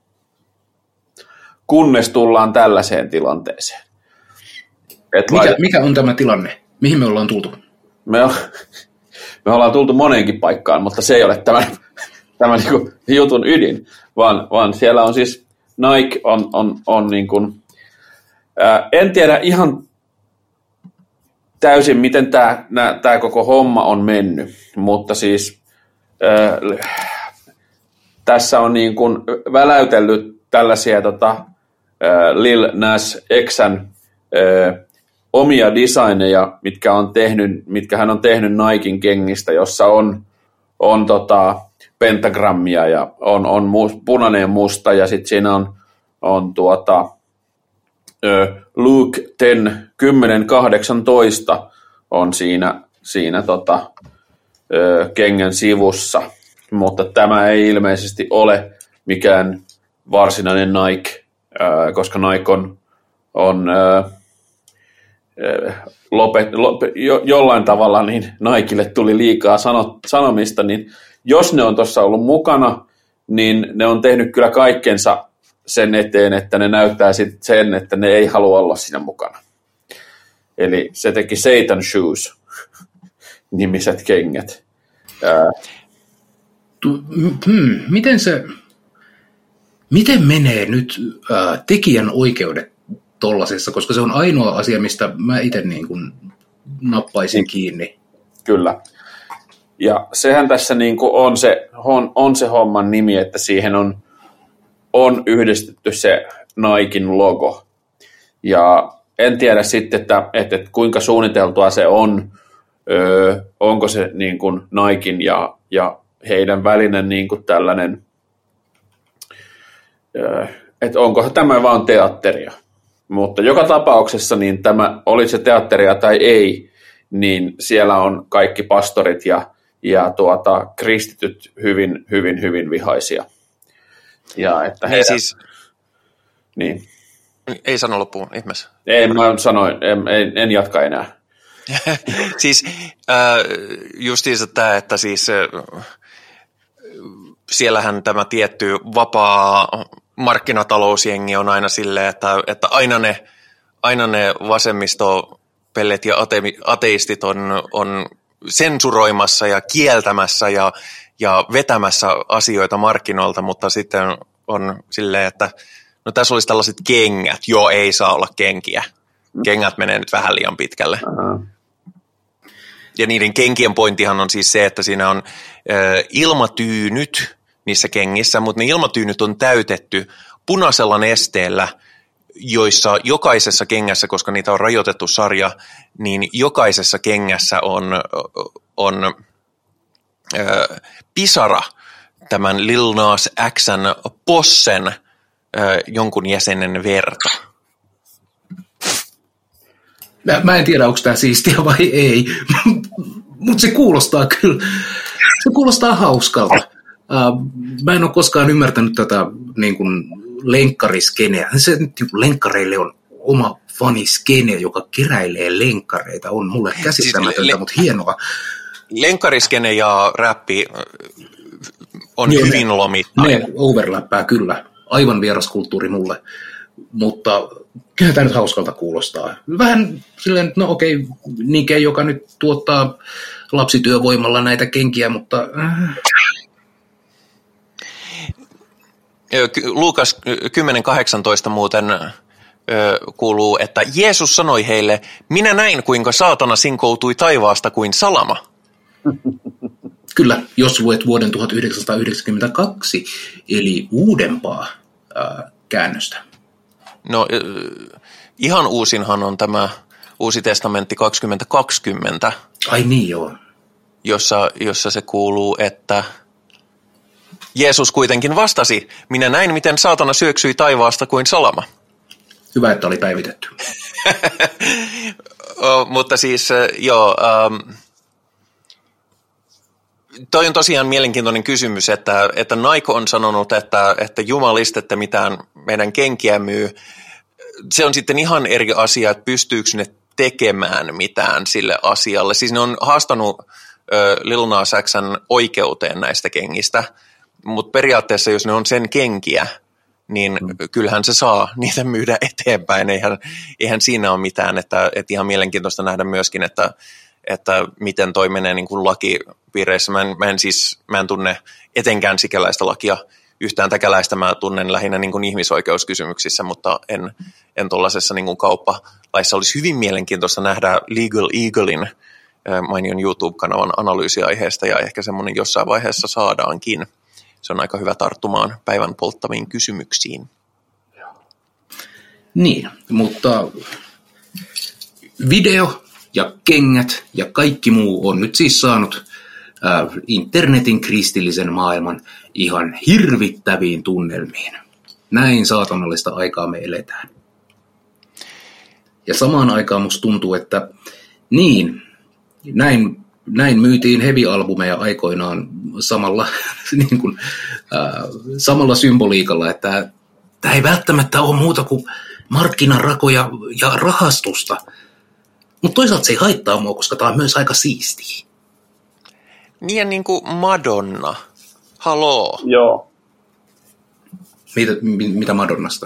Kunnes tullaan tällaiseen tilanteeseen. Mikä, lait... mikä on tämä tilanne? Mihin me ollaan tultu? Me, on, me ollaan tultu moneenkin paikkaan, mutta se ei ole tämän, tämän niin kuin jutun ydin, vaan, vaan siellä on siis Nike on, on, on niin kuin, ää, en tiedä ihan täysin, miten tämä, nää, tämä koko homma on mennyt, mutta siis ää, tässä on niin kuin väläytellyt tällaisia tota, ää, Lil Nas X:n ää, omia designeja, mitkä, on tehnyt, mitkä hän on tehnyt Niken kengistä, jossa on, on tota, pentagrammia ja on, on must, punainen ja musta, ja sitten siinä on, on tuota, ö, Luke kymmenen kahdeksantoista on siinä, siinä tota, ö, kengän sivussa, mutta tämä ei ilmeisesti ole mikään varsinainen Nike, ö, koska Nike on, on ö, Lopet, lopet, jo, jollain tavalla niin Nikelle tuli liikaa sano, sanomista, niin jos ne on tuossa ollut mukana, niin ne on tehnyt kyllä kaikkensa sen eteen, että ne näyttää sitten sen, että ne ei halua olla siinä mukana. Eli se teki Satan Shoes nimiset kengät. Ää. Hmm, miten se, miten menee nyt äh, tekijän oikeudet tollasessa, koska se on ainoa asia, mistä mä itse niin kuin nappaisin kiinni. Kyllä. Ja sehän tässä niin kuin on, se, on, on se homman nimi, että siihen on, on yhdistetty se Niken logo. Ja en tiedä sitten, että, että, että kuinka suunniteltua se on, öö, onko se niin kuin Niken ja, ja heidän välinen niin kuin tällainen, öö, että onko tämä vaan teatteria. Mutta joka tapauksessa, niin tämä, oli se teatteria tai ei, niin siellä on kaikki pastorit ja, ja tuota, kristityt hyvin, hyvin, hyvin vihaisia. Ja että heidän, ei siis, niin. Ei sano loppuun, ihmeessä. Ei, mä sanoin, en, en, en jatka enää. Siis äh, justiinsa tämä, että siis äh, siellähän tämä tietty vapaa markkinatalousjengi on aina silleen, että, että aina ne, aina ne vasemmistopellet ja ate, ateistit on, on sensuroimassa ja kieltämässä ja, ja vetämässä asioita markkinoilta, mutta sitten on silleen, että no tässä olisi tällaiset kengät, joo ei saa olla kenkiä. Kengät menee nyt vähän liian pitkälle. Uh-huh. Ja niiden kenkien pointtihan on siis se, että siinä on ö, ilmatyynyt niissä kengissä, mutta ne ilmatyynyt on täytetty punaisella nesteellä, joissa jokaisessa kengässä, koska niitä on rajoitettu sarja, niin jokaisessa kengässä on, on ö, pisara tämän Lil Nas X:n Possen ö, jonkun jäsenen verta. Mä, mä en tiedä, onko tämä siistiä vai ei, mutta se kuulostaa kyllä, se kuulostaa hauskalta. Uh, mä en ole koskaan ymmärtänyt tätä niin kuin lenkkariskeneä. Se niin lenkkareille on oma faniskene, joka keräilee lenkkareita. On mulle käsittämätöntä, siis le- mutta hienoa. Lenkkariskene ja räppi on ne, hyvin lomittain. Ne overlappää kyllä. Aivan vieras kulttuuri mulle. Mutta kyllä tämä nyt hauskalta kuulostaa. Vähän silleen, no okei, Nike, joka nyt tuottaa lapsityövoimalla näitä kenkiä, mutta... Luukas kymmenen kahdeksantoista muuten kuuluu, että Jeesus sanoi heille, minä näin kuinka saatana sinkoutui taivaasta kuin salama. Kyllä, jos luet vuoden tuhatyhdeksänsataayhdeksänkymmentäkaksi, eli uudempaa ää, käännöstä. No ihan uusinhan on tämä Uusi testamentti kaksituhattakaksikymmentä. Ai niin joo. Jossa, jossa se kuuluu, että Jeesus kuitenkin vastasi, minä näin, miten saatana syöksyi taivaasta kuin salama. Hyvä, että oli päivitetty. o, mutta siis, joo, ähm, toi on tosiaan mielenkiintoinen kysymys, että, että Nike on sanonut, että, että jumalistette mitään meidän kenkiä myy. Se on sitten ihan eri asia, että pystyykö ne tekemään mitään sille asialle. Siis ne on haastanut ö, Lil Nas X:n oikeuteen näistä kengistä, mutta periaatteessa jos ne on sen kenkiä, niin mm. kyllähän se saa niitä myydä eteenpäin. Eihän, eihän siinä ole mitään, että, että ihan mielenkiintoista nähdä myöskin, että, että miten toi menee niin kuin lakipiireissä. Mä en, mä en siis, mä en tunne etenkään sikäläistä lakia yhtään täkäläistä, mä tunnen lähinnä niin kuin ihmisoikeuskysymyksissä, mutta en, en tuollaisessa niin kuin kauppalaissa. Olisi hyvin mielenkiintoista nähdä Legal Eaglein mainion YouTube-kanavan analyysiaiheesta, ja ehkä semmoinen jossain vaiheessa saadaankin. Se on aika hyvä tarttumaan päivän polttaviin kysymyksiin. Niin, mutta video ja kengät ja kaikki muu on nyt siis saanut äh, internetin kristillisen maailman ihan hirvittäviin tunnelmiin. Näin saatanallista aikaa me eletään. Ja samaan aikaan musta tuntuu, että niin, näin, näin myytiin heavy-albumeja aikoinaan samalla, niin kuin, äh, samalla symboliikalla, että tämä ei välttämättä ole muuta kuin markkinarakoja ja rahastusta. Mutta toisaalta se ei haittaa mua, koska tämä on myös aika siistiä. Niin ja niin kuin Madonna. Haloo. Joo. Mitä, mitä Madonnasta?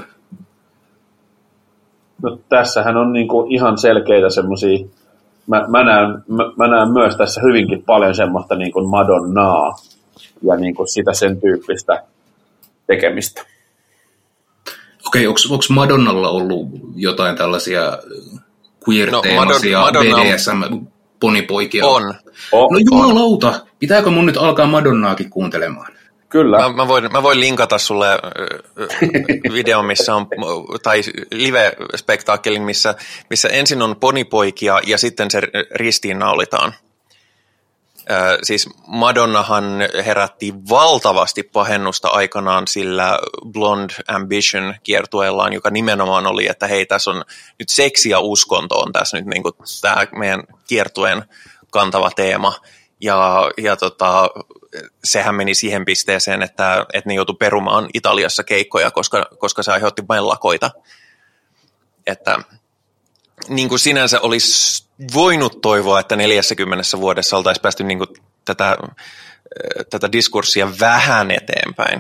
No tässähän on niinku ihan selkeitä semmosia, mä, mä, näen, mä, mä näen myös tässä hyvinkin paljon semmoista niinku Madonnaa ja niinku sitä sen tyyppistä tekemistä. Okei, onko Madonnalla ollut jotain tällaisia queer-teemaisia no, Madonna, B D S M-ponipoikia? On. Oh, no jumalauta, pitääkö mun nyt alkaa Madonnaakin kuuntelemaan? Kyllä. Mä, mä, voin, mä voin linkata sulle video, missä on, tai live-spektaakkelin, missä, missä ensin on ponipoikia ja sitten se ristiinnaulitaan. Äh, siis Madonnahan herätti valtavasti pahennusta aikanaan sillä Blonde Ambition -kiertueellaan, joka nimenomaan oli, että hei, tässä on nyt seksi ja uskonto on tässä nyt niin kuin tämä meidän kiertueen kantava teema. Ja, ja tota, sehän meni siihen pisteeseen, että, että ne joutui perumaan Italiassa keikkoja, koska, koska se aiheutti mellakoita. Että niin kuin sinänsä olisi voinut toivoa, että neljässäkymmenessä vuodessa oltaisiin päästy niin kuin tätä, tätä diskurssia vähän eteenpäin.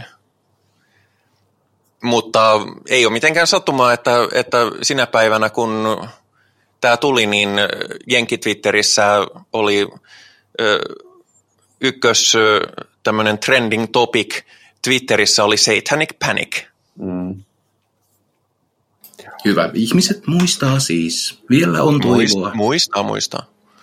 Mutta ei ole mitenkään sattumaa, että, että sinä päivänä kun tämä tuli, niin Jenkki-Twitterissä oli ykkös tämmöinen trending topic Twitterissä oli Satanic Panic. Mm. Hyvä. Ihmiset muistaa siis. Vielä on toivoa. Muistaa, muistaa.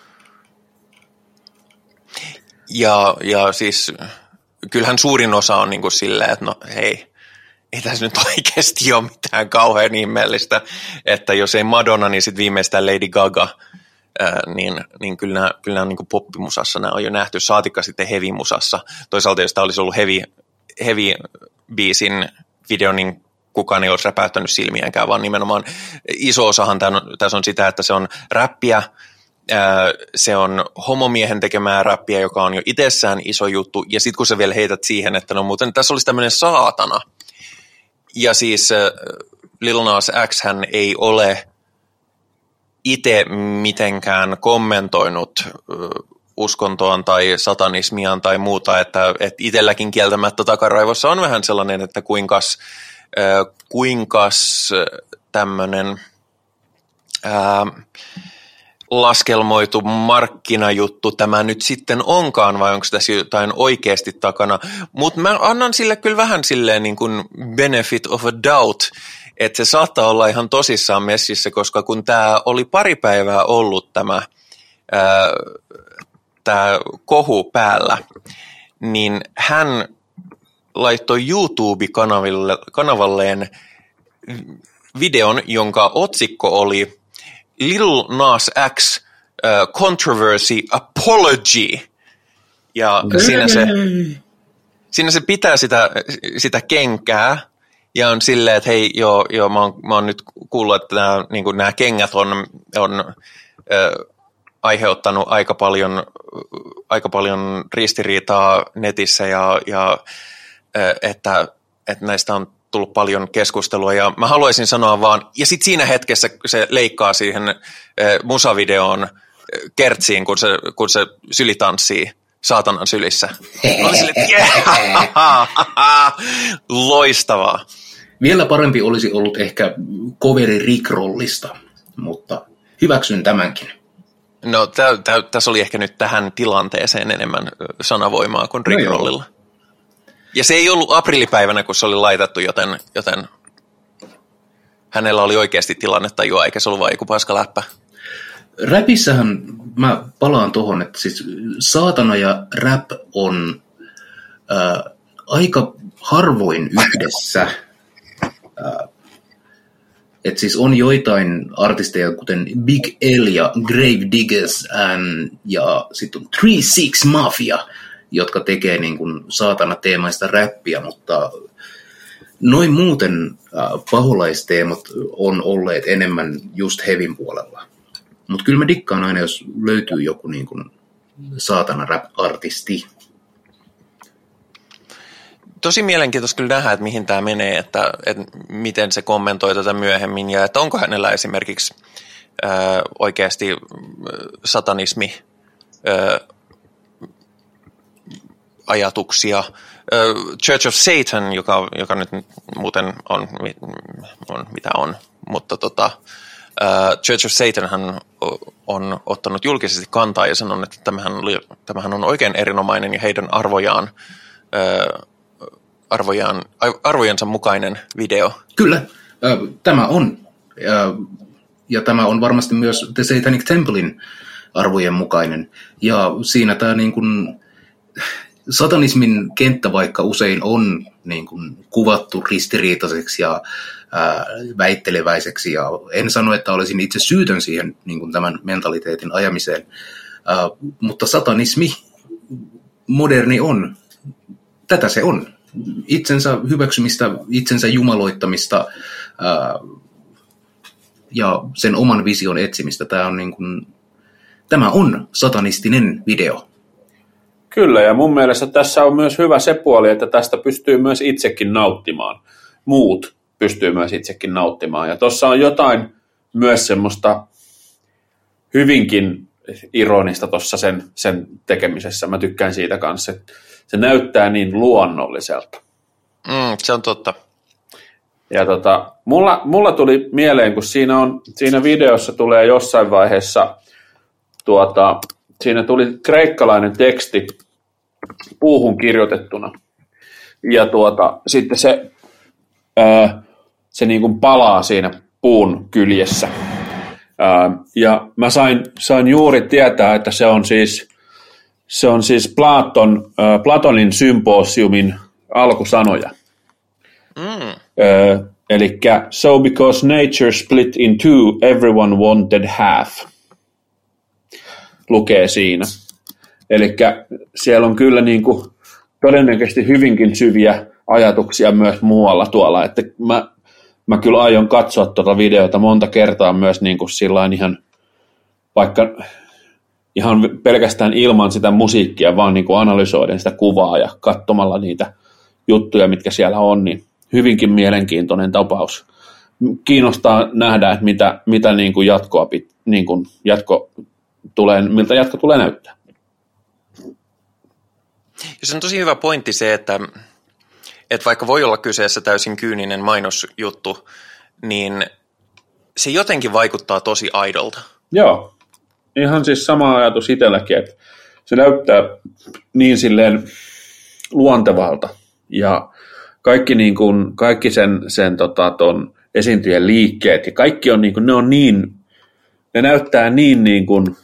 Ja, ja siis kyllähän suurin osa on niin kuin silleen, että no hei, ei tässä nyt oikeasti ole mitään kauhean ihmeellistä, että jos ei Madonna, niin sitten viimeistään Lady Gaga. Ää, niin, niin kyllä nämä, kyllä nämä niin kuin poppimusassa nämä on jo nähty, saatikka sitten heavy-musassa. Toisaalta jos tämä olisi ollut heavy, heavy-biisin video, niin kukaan ei olisi räpäyttänyt silmiänkään, vaan nimenomaan iso osahan tämän, tässä on sitä, että se on räppiä, ää, se on homomiehen tekemää räppiä, joka on jo itsessään iso juttu, ja sitten kun sä vielä heität siihen, että no muuten tässä olisi tämmöinen saatana, ja siis äh, Lil Nas X hän ei ole itse mitenkään kommentoinut uskontoaan tai satanismiaan tai muuta, että, että itselläkin kieltämättä takaraivossa on vähän sellainen, että kuinkas, äh, kuinkas tämmöinen äh, laskelmoitu markkinajuttu tämä nyt sitten onkaan, vai onko tässä jotain oikeasti takana. Mutta mä annan sille kyllä vähän silleen niin kuin benefit of a doubt, että se saattaa olla ihan tosissaan messissä, koska kun tämä oli pari päivää ollut tämä, ää, tämä kohu päällä, niin hän laittoi YouTube-kanavalleen videon, jonka otsikko oli Lil Nas X uh, Controversy Apology. Ja siinä se, siinä se pitää sitä, sitä kenkää ja on silleen, että hei, joo, joo mä, oon, mä oon nyt kuullut, että nämä, niin kuin nämä kengät on, on äh, aiheuttanut aika paljon, aika paljon ristiriitaa netissä ja, ja äh, että, että näistä on tullut paljon keskustelua ja mä haluaisin sanoa vaan, ja sitten siinä hetkessä se leikkaa siihen äh, musavideoon äh, kertsiin, kun se, kun se syli tanssii saatanan sylissä. Oli sille, yeah! Loistavaa. Vielä parempi olisi ollut ehkä coveri Rickrollista, mutta hyväksyn tämänkin. No tä, tä, tässä oli ehkä nyt tähän tilanteeseen enemmän sanavoimaa kuin Rickrollilla. No ja se ei ollut aprillipäivänä, kun se oli laitettu, joten, joten hänellä oli oikeasti tilannetajua, eikä se ollut vain joku paska läppä. Räpissähän mä palaan tuohon, että siis saatana ja rap on ää, aika harvoin yhdessä. Ää, et siis on joitain artisteja, kuten Big L ja Grave Diggers and, ja sitten on three six Mafia, jotka tekee niin kuin saatana teemaista räppiä, mutta noin muuten ää, paholaisteemat on olleet enemmän just hevin puolella. Mutta kyllä mä dikkaan aina, jos löytyy joku niin kuin saatana rap-artisti. Tosi mielenkiintoista kyllä nähdä, että mihin tämä menee, että, että miten se kommentoi tätä myöhemmin ja että onko hänellä esimerkiksi ää, oikeasti satanismi ää, ajatuksia. Church of Satan, joka, joka nyt muuten on, on mitä on, mutta tota, Uh, Church of Satanhan on ottanut julkisesti kantaa ja sanonut, että tämähän, oli, tämähän on oikein erinomainen ja heidän arvojaan, uh, arvojaan, arvojensa mukainen video. Kyllä, uh, tämä on. Uh, ja tämä on varmasti myös The Satanic Templein arvojen mukainen. Ja siinä tämä niin kuin, satanismin kenttä vaikka usein on niin kuin, kuvattu ristiriitaiseksi ja ää, väitteleväiseksi, ja en sano, että olisin itse syytön siihen niin kuin tämän mentaliteetin ajamiseen, ää, mutta satanismi moderni on, tätä se on, itsensä hyväksymistä, itsensä jumaloittamista ää, ja sen oman vision etsimistä. Tämä on, niin kuin, tämä on satanistinen video. Kyllä, ja mun mielestä tässä on myös hyvä se puoli, että tästä pystyy myös itsekin nauttimaan. Muut pystyy myös itsekin nauttimaan. Ja tuossa on jotain myös semmoista hyvinkin ironista tuossa sen, sen tekemisessä. Mä tykkään siitä kanssa, että se näyttää niin luonnolliselta. Mm, se on totta. Ja tota, mulla, mulla tuli mieleen, kun siinä, on, siinä videossa tulee jossain vaiheessa, tuota, siinä tuli kreikkalainen teksti puuhun kirjoitettuna. Ja tuota, sitten se, ää, se niin kuin palaa siinä puun kyljessä. Ää, ja mä sain, sain juuri tietää, että se on siis, se on siis Platon, ää, Platonin symposiumin alkusanoja. Mm. Eli so because nature split in two, everyone wanted half. Lukee siinä. Eli siellä on kyllä niin kuin todennäköisesti hyvinkin syviä ajatuksia myös muualla tuolla. Että mä, mä kyllä aion katsoa tuota videota monta kertaa myös niin kuin sillain ihan, vaikka ihan pelkästään ilman sitä musiikkia, vaan niin kuin analysoiden sitä kuvaa ja katsomalla niitä juttuja, mitkä siellä on, niin hyvinkin mielenkiintoinen tapaus. Kiinnostaa nähdä, että mitä, mitä niin kuin jatkoa, niin kuin jatko tulee, miltä jatko tulee näyttää. Ja se on tosi hyvä pointti se, että, että vaikka voi olla kyseessä täysin kyyninen mainosjuttu, niin se jotenkin vaikuttaa tosi aidolta. Joo, ihan siis sama ajatus itselläkin, että se näyttää niin silleen luontevalta ja kaikki, niin kuin, kaikki sen, sen tota, ton esiintyjän liikkeet ja kaikki on, niin kuin, ne on niin, ne näyttää niin, niin kuin,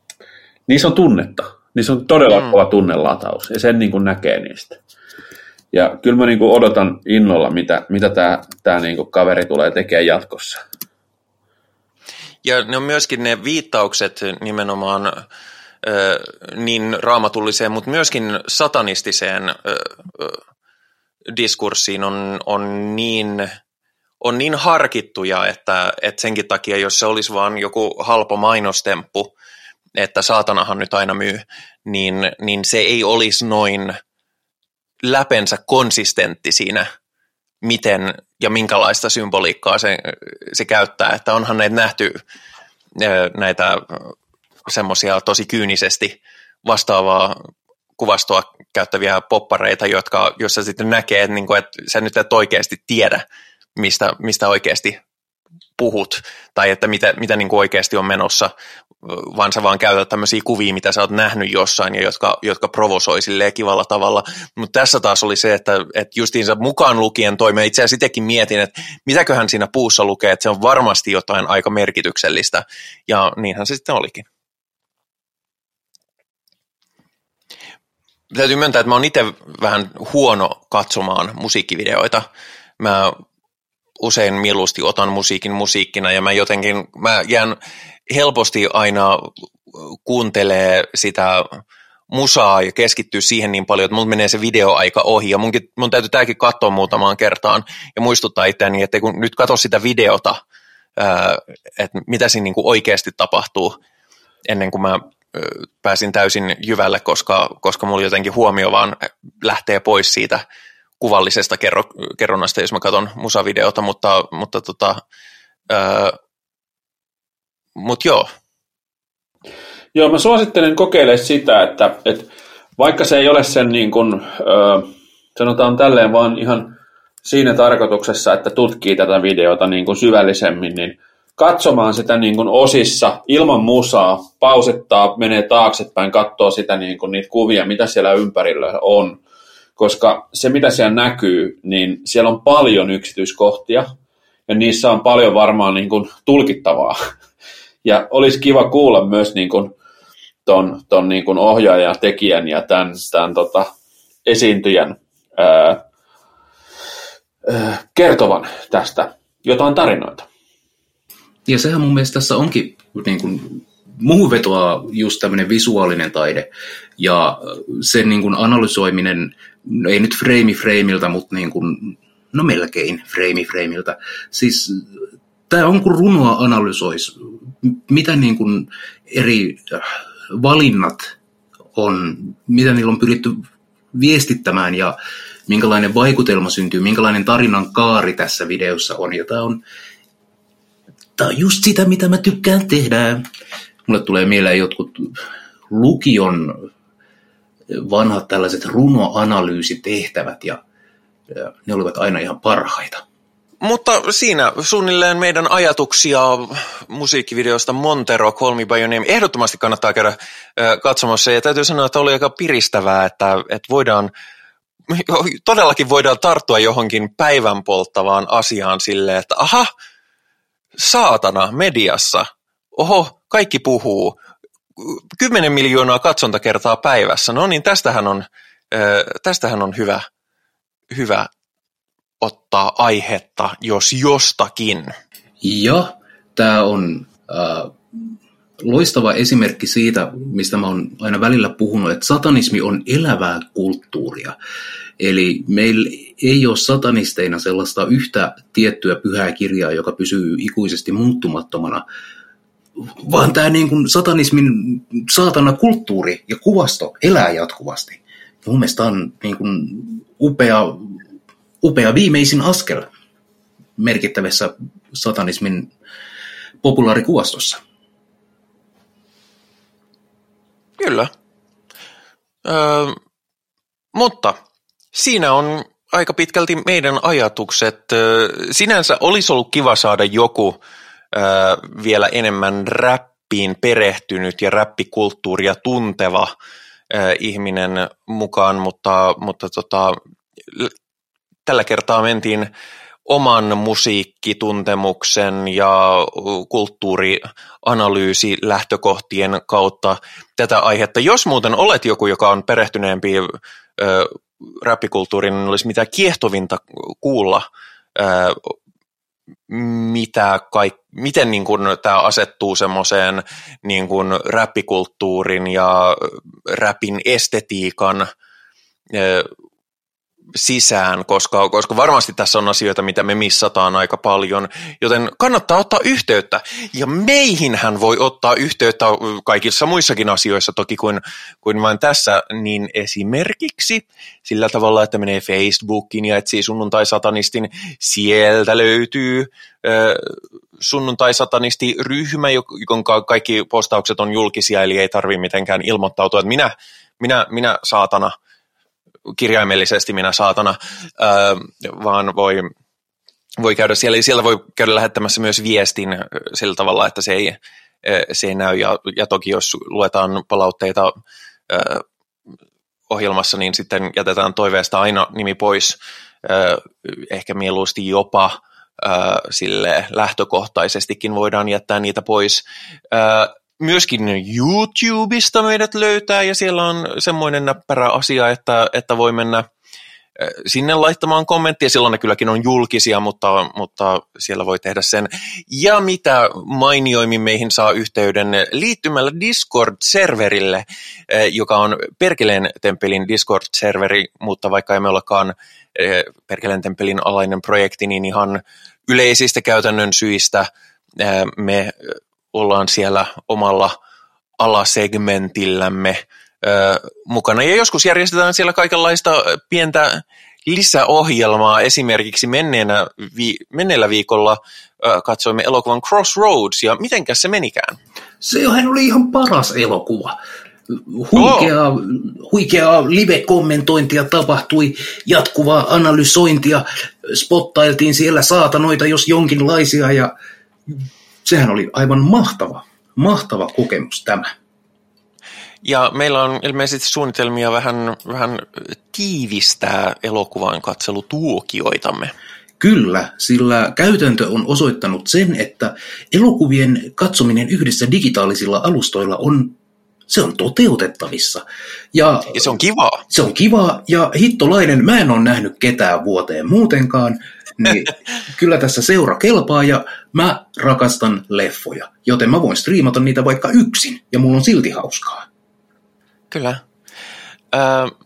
niissä on tunnetta, niissä on todella mm. kova tunnelataus ja sen niin kuin näkee niistä. Ja kyllä mä niin kuin odotan innolla, mitä, mitä tämä, tämä niin kuin kaveri tulee tekemään jatkossa. Ja ne on myöskin ne viittaukset nimenomaan ö, niin raamatulliseen, mutta myöskin satanistiseen ö, ö, diskurssiin on, on, niin, on niin harkittuja, että, että senkin takia, jos se olisi vaan joku halpo mainostemppu, että saatanahan nyt aina myy, niin, niin se ei olisi noin läpensä konsistentti siinä, miten ja minkälaista symboliikkaa se, se käyttää, että onhan näitä nähty näitä semmoisia tosi kyynisesti vastaavaa kuvastoa käyttäviä poppareita, jotka, jossa sitten näkee, että, niin kuin, että sä nyt et oikeasti tiedä, mistä, mistä oikeasti puhut, tai että mitä, mitä niin kuin oikeasti on menossa, vaan sä vaan käytät tämmöisiä kuvia, mitä sä oot nähnyt jossain, ja jotka, jotka provosoi silleen kivalla tavalla. Mutta tässä taas oli se, että, että justiinsa mukaan lukien toi, mä itse asiassa itsekin mietin, että mitäköhän siinä puussa lukee, että se on varmasti jotain aika merkityksellistä, ja niinhän se sitten olikin. Täytyy myöntää, että mä oon itse vähän huono katsomaan musiikkivideoita. Mä usein mieluusti otan musiikin musiikkina, ja mä jotenkin, mä jään helposti aina kuuntelee sitä musaa ja keskittyy siihen niin paljon, että mulla menee se videoaika ohi, ja munkin, mun täytyy tämäkin katsoa muutamaan kertaan, ja muistuttaa itseäni, että kun nyt katso sitä videota, ää, että mitä siinä niin kuin oikeasti tapahtuu, ennen kuin mä pääsin täysin jyvälle, koska, koska mulla jotenkin huomio vaan lähtee pois siitä kuvallisesta kerro, kerronnasta, jos mä katson musavideota, mutta, mutta tota, ää, mut joo. Joo, mä suosittelen kokeilemaan sitä, että, että vaikka se ei ole sen niin kuin, ö, sanotaan tälleen vaan ihan siinä tarkoituksessa, että tutkii tätä videota niin kuin syvällisemmin, niin katsomaan sitä niin kuin osissa ilman musaa, pausettaa, menee taaksepäin, katsoo sitä niin kuin niitä kuvia, mitä siellä ympärillä on. Koska se, mitä siellä näkyy, niin siellä on paljon yksityiskohtia, ja niissä on paljon varmaan niin kuin tulkittavaa. Ja olisi kiva kuulla myös niin kuin ton, ton niin kuin ohjaajan, tekijän ja tämän, tämän tota, esiintyjän ää, ää, kertovan tästä jotain tarinoita. Ja sehän mun mielestä tässä onkin, niin kuin, muuhun vetoaa just tämmöinen visuaalinen taide ja sen niin kuin analysoiminen, ei nyt frame frameiltä, mutta niin kuin, no melkein frame frameiltä. Siis tämä on kuin runoa analysoisi, mitä niin kuin eri valinnat on, mitä niillä on pyritty viestittämään ja minkälainen vaikutelma syntyy, minkälainen tarinan kaari tässä videossa on. Ja tämä on, tämä on just sitä, mitä mä tykkään tehdä. Mulle tulee mieleen jotkut lukion vanhat tällaiset runoanalyysitehtävät ja, ja ne olivat aina ihan parhaita. Mutta siinä suunnilleen meidän ajatuksia musiikkivideosta Montero, Call Me By Your Name. Ehdottomasti kannattaa käydä katsomassa, ja täytyy sanoa, että oli aika piristävää, että, että voidaan, todellakin voidaan tarttua johonkin päivän polttavaan asiaan silleen, että aha, saatana mediassa, oho, kaikki puhuu, kymmenen miljoonaa katsontakertaa päivässä, no niin tästähän on, tästähän on hyvä, hyvä ottaa aihetta, jos jostakin. Ja tämä on äh, loistava esimerkki siitä, mistä mä oon aina välillä puhunut, että satanismi on elävää kulttuuria. Eli meillä ei ole satanisteina sellaista yhtä tiettyä pyhää kirjaa, joka pysyy ikuisesti muuttumattomana, vaan tämä niin kuin satanismin saatana kulttuuri ja kuvasto elää jatkuvasti. Ja mun mielestä on niin kuin upea, upea viimeisin askel merkittävässä satanismin populaarikuvastossa. Kyllä. Öö, mutta siinä on aika pitkälti meidän ajatukset. Sinänsä olisi ollut kiva saada joku öö, vielä enemmän räppiin perehtynyt ja räppikulttuuria tunteva öö, ihminen mukaan, mutta, mutta tota, tällä kertaa mentiin oman musiikkituntemuksen ja kulttuurianalyysi lähtökohtien kautta tätä aihetta. Jos muuten olet joku, joka on perehtyneempi ö, räppikulttuurin olisi mitään kiehtovinta kuulla, ö, mitä kaik, miten niin kuin tämä asettuu semmoiseen niin kuin räppikulttuurin ja räpin estetiikan ö, sisään, koska, koska varmasti tässä on asioita, mitä me missataan aika paljon, joten kannattaa ottaa yhteyttä. Ja meihinhän voi ottaa yhteyttä kaikissa muissakin asioissa toki kuin, kuin vain tässä, niin esimerkiksi sillä tavalla, että menee Facebookiin ja etsii sunnuntai-satanistin, sieltä löytyy äh, sunnuntai-satanisti-ryhmä, jonka kaikki postaukset on julkisia, eli ei tarvitse mitenkään ilmoittautua, että minä, minä, minä saatana, kirjaimellisesti minä saatana, ää, vaan voi, voi käydä siellä, ja siellä voi käydä lähettämässä myös viestin sillä tavalla, että se ei, se ei näy, ja, ja toki jos luetaan palautteita ää, ohjelmassa, niin sitten jätetään toiveesta aina nimi pois, ää, ehkä mieluusti jopa ää, sille lähtökohtaisestikin voidaan jättää niitä pois. Ää, Myöskin YouTubesta meidät löytää, ja siellä on semmoinen näppärä asia, että, että voi mennä sinne laittamaan kommenttia. Silloin ne kylläkin on julkisia, mutta, mutta siellä voi tehdä sen. Ja mitä mainioimmin meihin saa yhteyden liittymällä Discord-serverille, joka on Perkeleen temppelin Discord-serveri, mutta vaikka emme olekaan Perkeleen temppelin alainen projekti, niin ihan yleisistä käytännön syistä me ollaan siellä omalla alasegmentillämme ö, mukana. Ja joskus järjestetään siellä kaikenlaista pientä lisäohjelmaa. Esimerkiksi menneenä vi- menneellä viikolla ö, katsoimme elokuvan Crossroads, ja mitenkäs se menikään? Sehän oli ihan paras elokuva. Huikeaa, oh. huikeaa live-kommentointia tapahtui, jatkuvaa analysointia, spottailtiin siellä saatanoita jos jonkinlaisia, ja sehän oli aivan mahtava, mahtava kokemus tämä. Ja meillä on ilmeisesti suunnitelmia vähän, vähän tiivistää elokuvan katselutuokioitamme. Kyllä, sillä käytäntö on osoittanut sen, että elokuvien katsominen yhdessä digitaalisilla alustoilla on, se on toteutettavissa. Ja, ja se on kivaa. Se on kivaa, ja hittolainen, mä en ole nähnyt ketään vuoteen muutenkaan, niin kyllä tässä seura kelpaa, ja mä rakastan leffoja, joten mä voin striimata niitä vaikka yksin, ja mulla on silti hauskaa. Kyllä. Ö,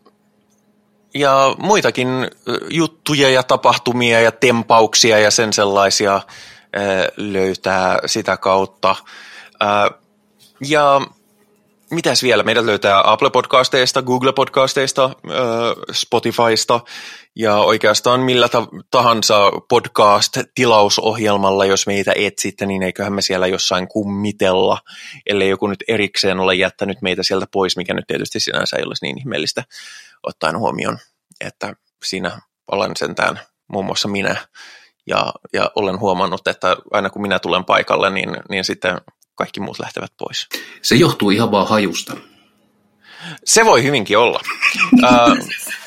ja muitakin juttuja ja tapahtumia ja tempauksia ja sen sellaisia ö, löytää sitä kautta. Ö, ja mitäs vielä? Meidät löytää Apple-podcasteista, Google-podcasteista, Spotifysta ja oikeastaan millä tahansa podcast-tilausohjelmalla, jos meitä etsitte, niin eiköhän me siellä jossain kummitella, ellei joku nyt erikseen ole jättänyt meitä sieltä pois, mikä nyt tietysti sinänsä ei olisi niin ihmeellistä ottaen huomioon, että siinä olen sentään muun muassa minä ja, ja olen huomannut, että aina kun minä tulen paikalle, niin, niin sitten kaikki muut lähtevät pois. Se johtuu ihan vaan hajusta. Se voi hyvinkin olla. uh,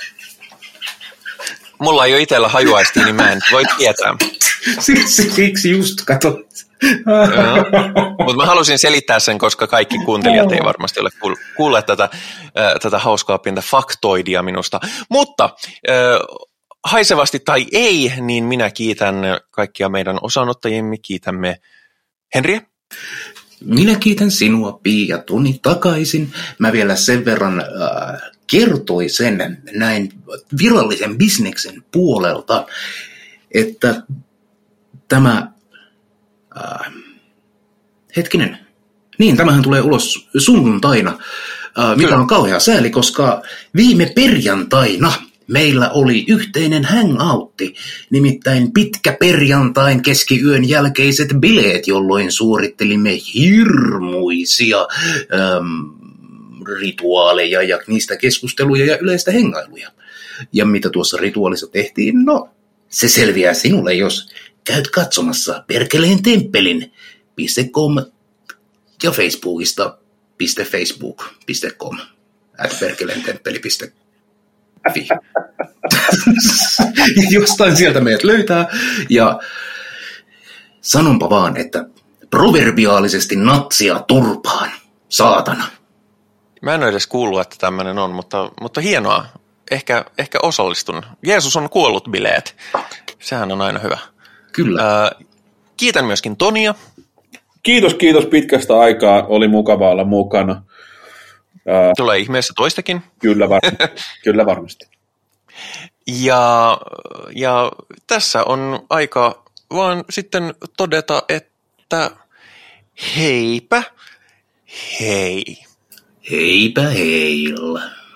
mulla ei ole itsellä hajuaistia, niin mä en voi tietää. Siksi, siksi just kato. Mutta mä halusin selittää sen, koska kaikki kuuntelijat ei varmasti ole kuulleet tätä, uh, tätä hauskaa pientä faktoidia minusta. Mutta uh, haisevasti tai ei, niin minä kiitän kaikkia meidän osanottajimme. Kiitämme Henriä. Minä kiitän sinua, Pia, tuni takaisin. Mä vielä sen verran äh, kertoisin näin virallisen bisneksen puolelta, että tämä, äh, hetkinen, niin tämähän tulee ulos sunnuntaina, äh, mikä on kauhea sääli, koska viime perjantaina meillä oli yhteinen hangoutti, nimittäin pitkä perjantain keskiyön jälkeiset bileet, jolloin suorittelimme hirmuisia äm, rituaaleja ja niistä keskusteluja ja yleistä hengailuja. Ja mitä tuossa rituaalissa tehtiin? No, se selviää sinulle, jos käyt katsomassa perkeleen temppelin piste com ja Facebookista .facebook piste com at perkeleentemppeli piste com. Äfi. Jostain sieltä meidät löytää. Ja sanonpa vaan, että proverbiaalisesti natsia turpaan, saatana. Mä en ole edes kuullut, että tämmöinen on, mutta, mutta hienoa. ehkä, ehkä osallistun. Jeesus on kuollut bileet. Sehän on aina hyvä. Kyllä. Ää, kiitän myöskin Tonia. Kiitos, kiitos pitkästä aikaa. Oli mukava olla mukana. Ää, Tulee ihmeessä toistakin. kyllä, var- kyllä varmasti. Ja, ja tässä on aika vaan sitten todeta, että heipä hei. Heipä heillä.